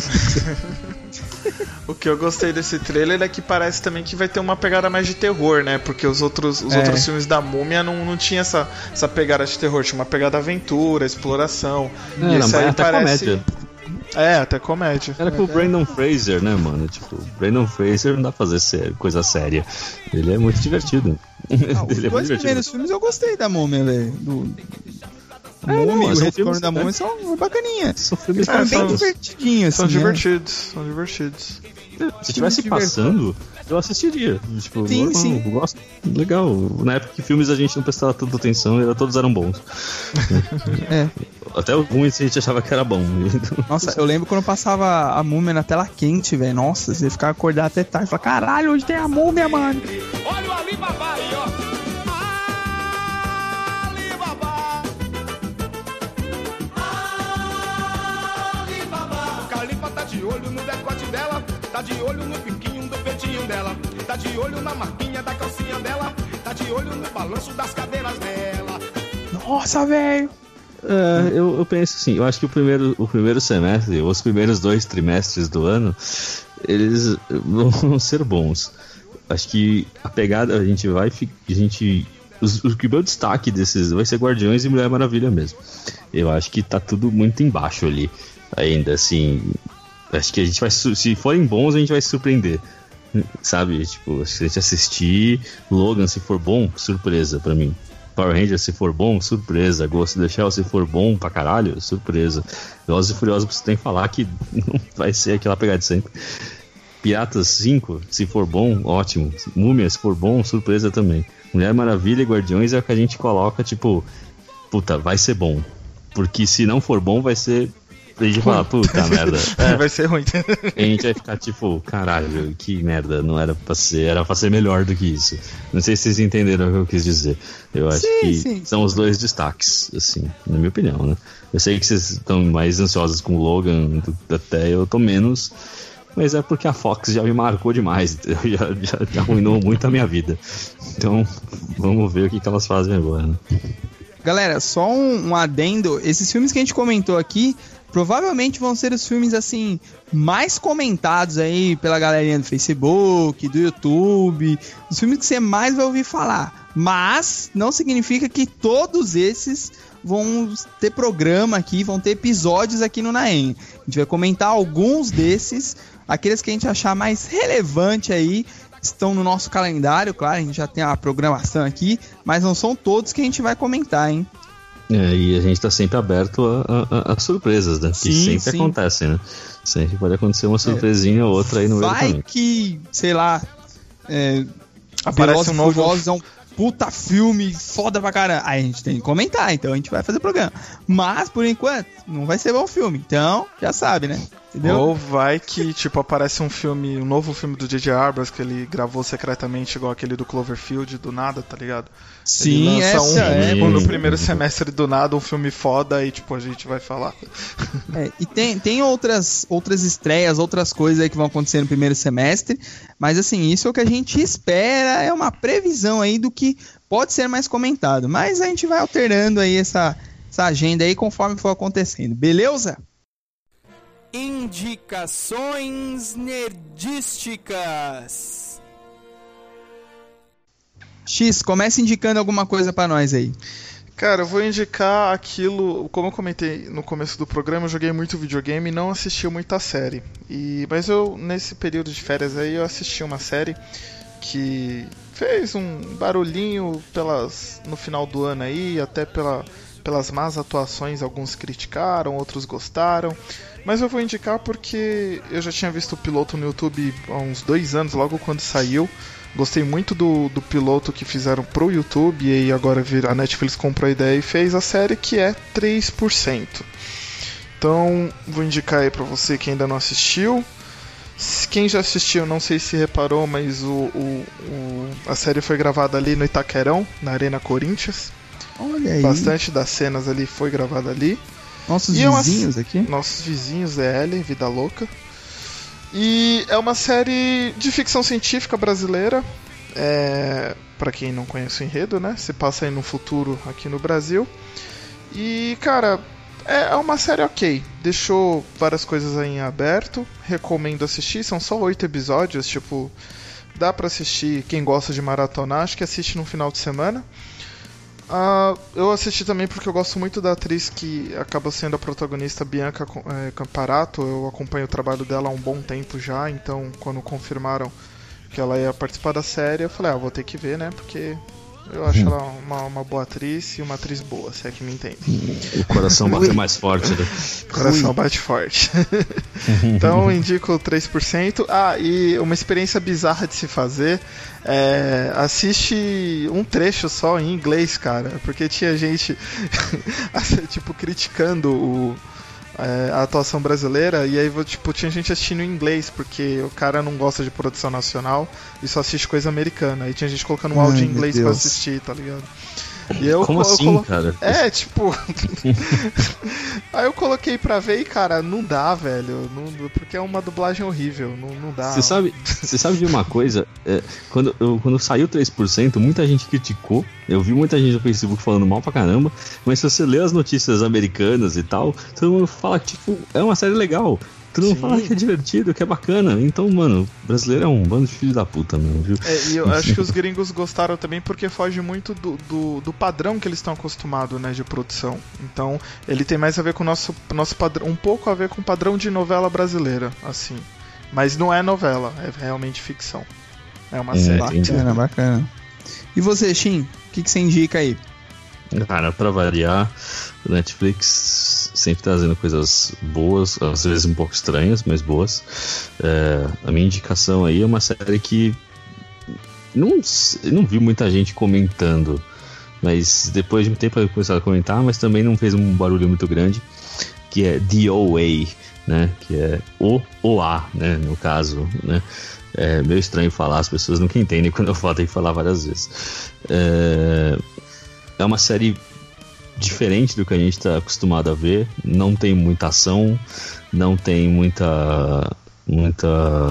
O que eu gostei desse trailer é que parece também que vai ter uma pegada mais de terror, né? Porque os outros, os é. outros filmes da Múmia não, não tinha essa, essa pegada de terror, tinha uma pegada aventura, exploração. É, e esse aí até parece... comédia. É, até comédia. Era com o Brandon Fraser, né, mano? Tipo, o Brandon Fraser não dá pra fazer sério, coisa séria. Ele é muito divertido. Ah, os Ele é dois muito primeiros divertido. filmes eu gostei da Múmia, velho. Do... É, Múmia não, e o são Retorno filmes, da Múmia né? são bacaninha. São filmes São bem são- divertidinhos, São assim, né? divertidos, são divertidos. Se tivesse passando, eu assistiria. Tipo, Sim, normal, sim. eu gosto. Legal. Na época que filmes a gente não prestava tanta atenção, era, todos eram bons. É. Até o ruim a gente achava que era bom. Nossa, eu lembro quando passava a Múmia na tela quente, velho. Nossa, você ficava acordado até tarde. Falava, caralho, onde tem a Múmia, mano? Olha o Alibaba aí, ó. Alibaba. Alibaba. O Califa tá de olho no decote dela, tá de olho no piquinho do peitinho dela, tá de olho na marquinha da calcinha dela, tá de olho no balanço das cadeiras dela. Nossa, velho. É, eu, eu penso assim, eu acho que o primeiro, o primeiro semestre, os primeiros dois trimestres do ano, eles vão ser bons. Acho que a pegada, a gente vai, a gente, os, o que meu destaque desses vai ser Guardiões e Mulher Maravilha mesmo. Eu acho que tá tudo muito embaixo ali, ainda assim. Acho que a gente vai, se forem bons, a gente vai se surpreender, sabe? Tipo, se a gente assistir Logan, se for bom, surpresa pra mim. Power Rangers, se for bom, surpresa. Ghost in the Shell, se for bom pra caralho, surpresa. Velozes e Furiosos, você tem que falar que não vai ser aquela pegada de sempre. Piratas cinco, se for bom, ótimo. Múmia, se for bom, surpresa também. Mulher Maravilha e Guardiões é o que a gente coloca, tipo, puta, vai ser bom. Porque se não for bom, vai ser... A gente fala, puta merda. É. Vai ser ruim. A gente vai ficar tipo, caralho, que merda, não era pra ser, era pra ser melhor do que isso. Não sei se vocês entenderam o que eu quis dizer. Eu acho Sim, que sim. são os dois destaques, assim, na minha opinião, né? Eu sei que vocês estão mais ansiosos com o Logan, do- até eu tô menos, mas é porque a Fox já me marcou demais, já, já, já arruinou muito a minha vida. Então, vamos ver o que, que elas fazem agora, né? Galera, só um, um adendo. Esses filmes que a gente comentou aqui provavelmente vão ser os filmes assim mais comentados aí pela galerinha do Facebook, do YouTube, os filmes que você mais vai ouvir falar. Mas não significa que todos esses vão ter programa aqui, vão ter episódios aqui no Naem. A gente vai comentar alguns desses, aqueles que a gente achar mais relevante aí. Estão no nosso calendário, claro, a gente já tem a programação aqui, mas não são todos que a gente vai comentar, hein? É, e a gente tá sempre aberto a, a- a surpresas, né? Que Sim, sempre sim. acontecem, né? Sempre pode acontecer uma surpresinha ou outra aí no meio do Vai caminho. que, sei lá, é, Aparece Velozes um e novo- Furiosos é um puta filme foda pra caramba. Aí a gente tem que comentar, então a gente vai fazer programa. Mas, por enquanto, não vai ser bom filme. Então, já sabe, né? Entendeu? Ou vai que, tipo, aparece um filme, um novo filme do J J Abrams que ele gravou secretamente, igual aquele do Cloverfield, do nada, tá ligado? Sim, ele lança essa um, é. tipo, no Sim. primeiro semestre do nada, um filme foda e, tipo, a gente vai falar. É, e tem, tem outras, outras estreias, outras coisas aí que vão acontecer no primeiro semestre, mas assim, isso é o que a gente espera, é uma previsão aí do que pode ser mais comentado, mas a gente vai alternando aí essa, essa agenda aí conforme for acontecendo, beleza? Indicações nerdísticas. X, comece indicando alguma coisa pra nós aí. Cara, eu vou indicar aquilo, como eu comentei no começo do programa, eu joguei muito videogame e não assisti muita série. E, mas eu, nesse período de férias aí, eu assisti uma série que fez um barulhinho pelas, no final do ano aí, até pela, pelas más atuações, alguns criticaram, outros gostaram. Mas eu vou indicar porque eu já tinha visto o piloto no YouTube há uns dois anos, logo quando saiu. Gostei muito do, do piloto que fizeram pro YouTube, e aí agora a Netflix comprou a ideia e fez a série, que é três por cento. Então, vou indicar aí pra você que ainda não assistiu. Quem já assistiu, não sei se reparou, mas o, o, o, a série foi gravada ali no Itaquerão, na Arena Corinthians. Olha aí. Bastante das cenas ali foi gravada ali. Nossos e vizinhos é uma, aqui. Nossos vizinhos, é Ellen, Vida Louca. E é uma série de ficção científica brasileira. É, para quem não conhece o enredo, né? Se passa aí no futuro aqui no Brasil. E, cara, é uma série ok. Deixou várias coisas aí em aberto. Recomendo assistir. São só oito episódios. Tipo, dá pra assistir. Quem gosta de maratonar, acho que assiste no final de semana. Uh, eu assisti também porque eu gosto muito da atriz que acaba sendo a protagonista, Bianca é, Camparato. Eu acompanho o trabalho dela há um bom tempo já, então quando confirmaram que ela ia participar da série, eu falei, ah, vou ter que ver, né, porque eu acho ela uma, uma boa atriz e uma atriz boa, se é que me entende. O coração bate mais forte, né? O coração bate forte. Então indico três por cento. Ah, e uma experiência bizarra de se fazer, é, assiste um trecho só em inglês, cara, porque tinha gente tipo criticando o, é, a atuação brasileira, e aí tipo, tinha gente assistindo em inglês porque o cara não gosta de produção nacional e só assiste coisa americana, aí tinha gente colocando um áudio em inglês pra assistir, tá ligado? E eu, Como eu, assim, eu colo... cara? É, tipo... Aí eu coloquei pra ver e, cara, não dá, velho. Não... Porque é uma dublagem horrível, não, não dá. Você sabe, você sabe de uma coisa? É, quando, eu, quando saiu três por cento, muita gente criticou. Eu vi muita gente no Facebook falando mal pra caramba. Mas se você lê as notícias americanas e tal, todo mundo fala que, tipo, é uma série legal. Todo mundo fala que é divertido, que é bacana. Então, mano, brasileiro é um bando de filho da puta, mano, viu? É, e eu acho que os gringos gostaram também porque foge muito do, do, do padrão que eles estão acostumados, né, de produção. Então, ele tem mais a ver com o nosso, nosso padrão, um pouco a ver com o padrão de novela brasileira, assim. Mas não é novela, é realmente ficção. É uma é, série. Bacana, bacana. E você, Shin, o que, que você indica aí? Cara, pra variar, o Netflix sempre trazendo coisas boas, às vezes um pouco estranhas, mas boas. É, a minha indicação aí é uma série que não, não vi muita gente comentando, mas depois de um tempo eu comecei a comentar, mas também não fez um barulho muito grande, que é The O A, né? Que é O O A, né? No caso, né? É meio estranho falar, as pessoas nunca entendem quando eu falo, tem que falar várias vezes. É... É uma série diferente do que a gente está acostumado a ver. Não tem muita ação, não tem muita, muita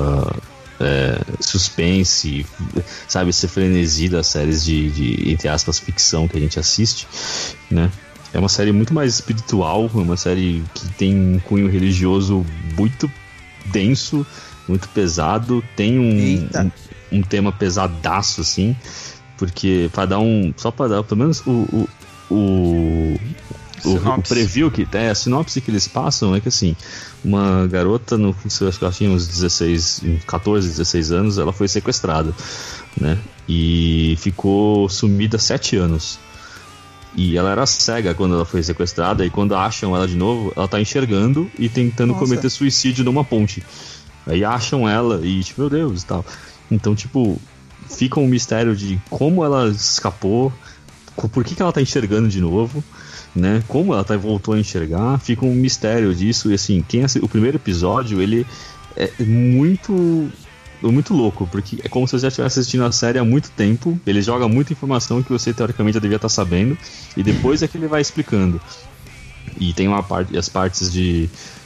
é, suspense, sabe, esse frenesi das séries de, de, entre aspas, ficção que a gente assiste, né? É uma série muito mais espiritual, é uma série que tem um cunho religioso muito denso, muito pesado, tem um, um, um tema pesadaço, assim. Porque para dar um. Só para dar pelo menos o. O, o, o, o preview que é a sinopse que eles passam é que assim, uma garota, no, acho que ela tinha uns dezesseis, catorze, dezesseis anos, ela foi sequestrada, né? E ficou sumida sete anos. E ela era cega quando ela foi sequestrada, e quando acham ela de novo, ela tá enxergando e tentando Nossa. cometer suicídio numa ponte. Aí acham ela e tipo, meu Deus e tal. Então, tipo. Fica um mistério de como ela escapou, por que, que ela tá enxergando de novo, né? Como ela tá, voltou a enxergar, fica um mistério disso. E assim, quem o primeiro episódio, ele é muito muito louco, porque é como se você já estivesse assistindo a série há muito tempo. Ele joga muita informação que você teoricamente já devia estar sabendo, e depois é que ele vai explicando. E tem uma parte, as partes de,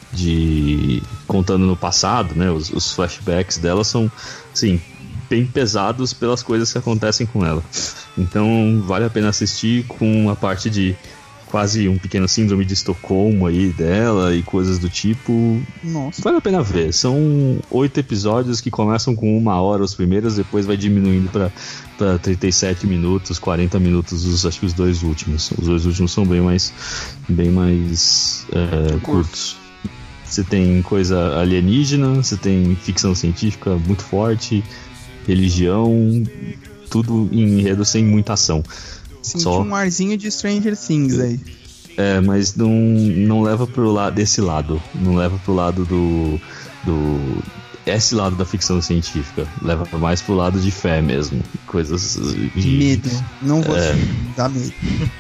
de contando no passado, né? Os, os flashbacks dela são, assim, bem pesados pelas coisas que acontecem com ela. Então vale a pena assistir, com a parte de quase um pequeno síndrome de Estocolmo aí dela e coisas do tipo. Nossa. Vale a pena ver. São oito episódios que começam com uma hora os primeiros, depois vai diminuindo para para trinta e sete minutos, quarenta minutos, os, acho que os dois últimos. Os dois últimos são bem mais bem mais é, curtos. Você tem coisa alienígena, você tem ficção científica muito forte. religião, tudo em enredo sem muita ação. Senti Só... um arzinho de Stranger Things aí. É, mas não, não leva pro lado desse lado. Não leva pro lado do. do esse lado da ficção científica. Leva mais pro lado de fé mesmo. Coisas. De medo. Não vou é... assistir. Dá medo.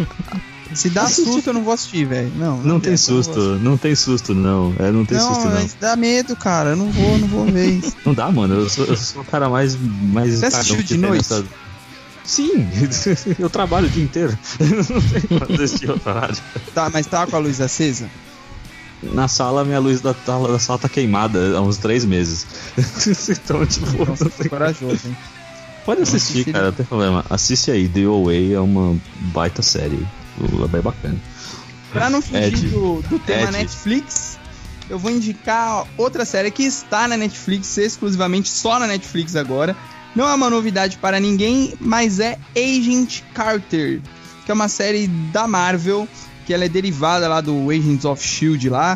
Se dá susto, eu não vou assistir, velho. Não, não, não tem susto, não, não tem susto, não. É, não tem não, susto, não. Mas dá medo, cara. Eu não vou, não vou ver isso. Não dá, mano. Eu sou, eu sou o cara mais. mais Você assistiu de noite? Nessa... Sim, eu trabalho o dia inteiro. Não tem como assistir outra rádio. Tá, mas tava com a luz acesa? Na sala, minha luz da, da sala tá queimada há uns três meses. Então, tipo. Nossa, tô corajoso, hein? Pode assistir, assistir, cara, não tem problema. Assiste aí, The Away é uma baita série. É bem bacana. Pra não fugir Ed. do, do tema Ed. Netflix, eu vou indicar outra série que está na Netflix, exclusivamente só na Netflix agora. Não é uma novidade para ninguém, mas é Agent Carter, que é uma série da Marvel, que ela é derivada lá do Agents of Shield lá,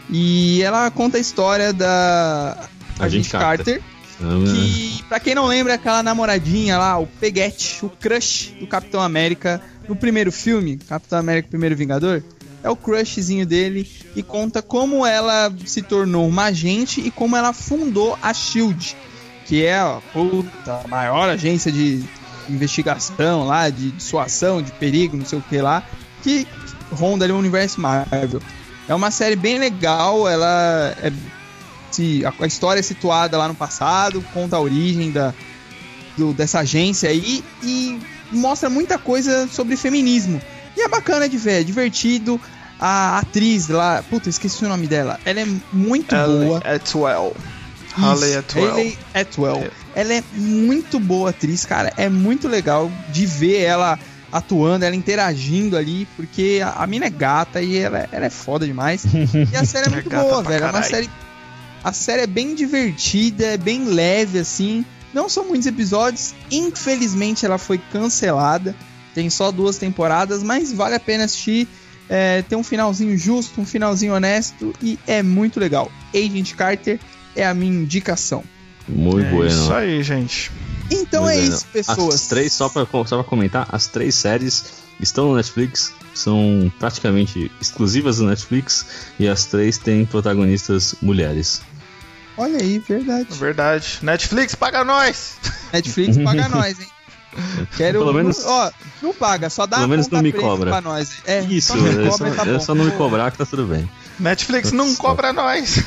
e ela conta a história da Agent Carter, Carter que, pra quem não lembra, é aquela namoradinha lá, o peguete, o crush do Capitão América no primeiro filme, Capitão América Primeiro Vingador, é o crushzinho dele, e conta como ela se tornou uma agente e como ela fundou a Shield, que é a puta, maior agência de investigação lá, de dissuasão, de perigo, não sei o que lá, que ronda ali o universo Marvel. É uma série bem legal, ela é, se, a, a história é situada lá no passado, conta a origem da, do, dessa agência aí e mostra muita coisa sobre feminismo. E é bacana de ver, é divertido. A atriz lá, puta, esqueci o nome dela, ela é muito Hayley boa. Atwell. Hayley Atwell. Hayley Atwell. Ela é muito boa atriz, cara. É muito legal de ver ela atuando, ela interagindo ali, porque a, a mina é gata e ela, ela é foda demais. E a série é muito é boa, velho. É uma série, a série é bem divertida, é bem leve, assim. Não são muitos episódios. Infelizmente, ela foi cancelada. Tem só duas temporadas, mas vale a pena assistir. É, tem um finalzinho justo, um finalzinho honesto e é muito legal. Agent Carter é a minha indicação. Muito é bueno. Isso aí, gente. Então Muito é bueno. Isso, pessoas. As três, só pra, só pra comentar, as três séries estão no Netflix, são praticamente exclusivas do Netflix e as três têm protagonistas mulheres. Olha aí, verdade. Verdade. Netflix, paga nós! Netflix, paga nós, hein? Quero, pelo menos, ó, não paga, só dá pelo a menos conta não me preta cobra. Pra nós. É, isso, só me é cobra, só, tá é bom. só não me cobrar que tá tudo bem. Netflix não cobra nós.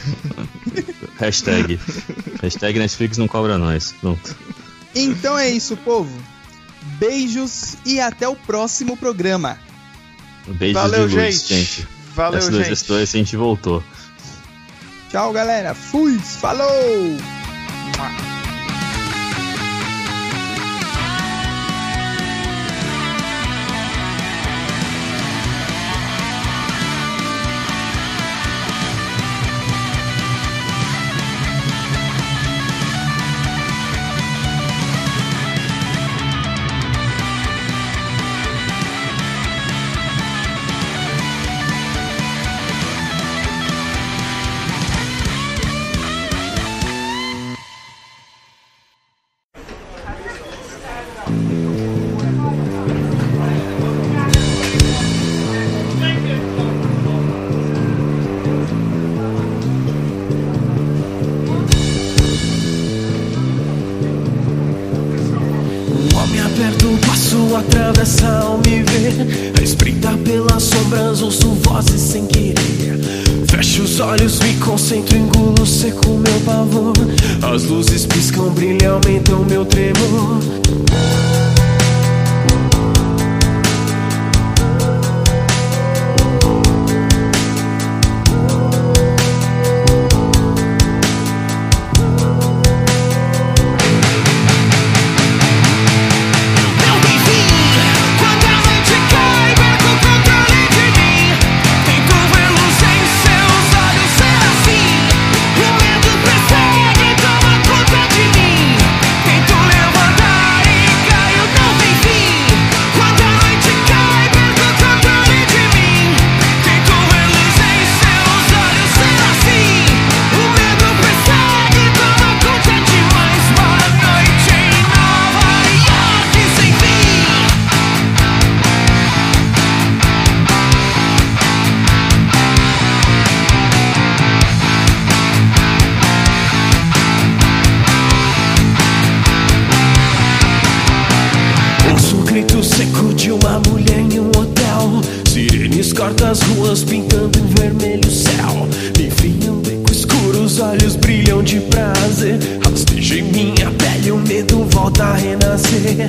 Hashtag. Hashtag Netflix não cobra nós. Pronto. Então é isso, povo. Beijos e até o próximo programa. Beijos Valeu, de luz, gente. gente. Valeu, Essa gente. história a gente voltou. Tchau, galera. Fui. Falou. Atravessa ao me ver, a espreitar pelas sombras, ouço vozes sem querer. Fecho os olhos, me concentro, engulo seco meu pavor. As luzes piscam, brilham, aumentam meu tremor. Persegue, toma conta de mim. Tento levantar e cair. Luzes cortam as ruas pintando em vermelho o céu. Enfim, um beco escuro, os olhos brilham de prazer. Rasteja em minha pele, o medo volta a renascer.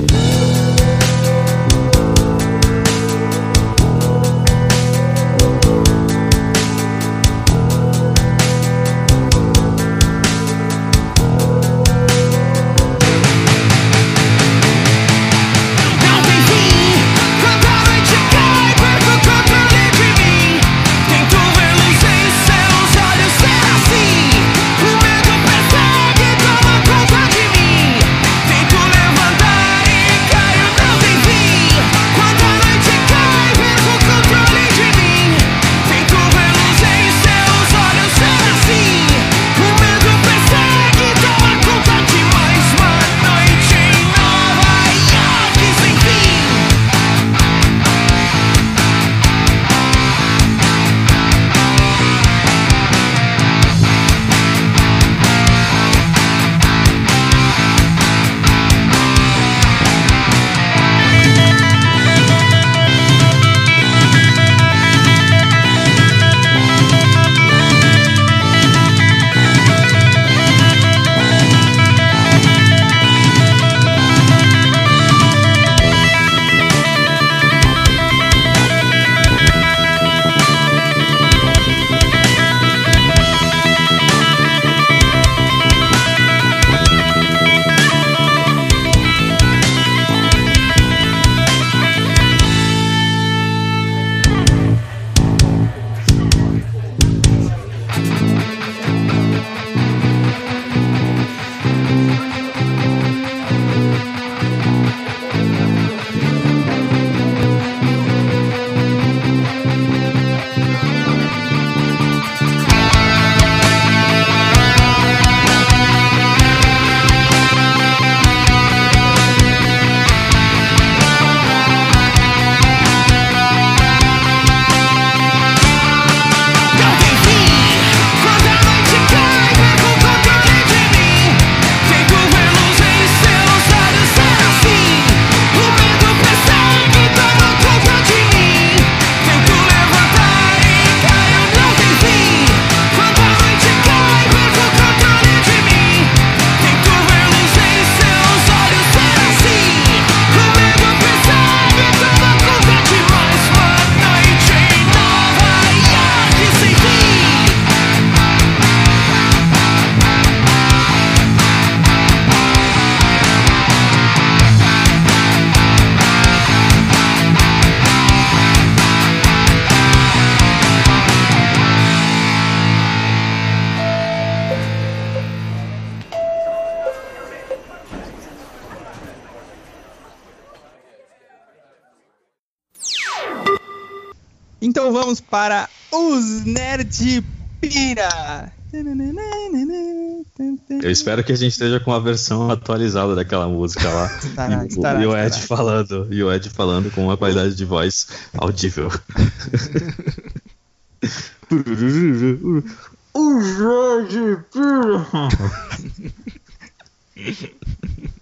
Então vamos para os Nerd Pira. Eu espero que a gente esteja com a versão atualizada daquela música lá. Estará, e, estará, e o Ed estará. falando, e o Ed falando com uma qualidade de voz audível. Os Nerd Pira.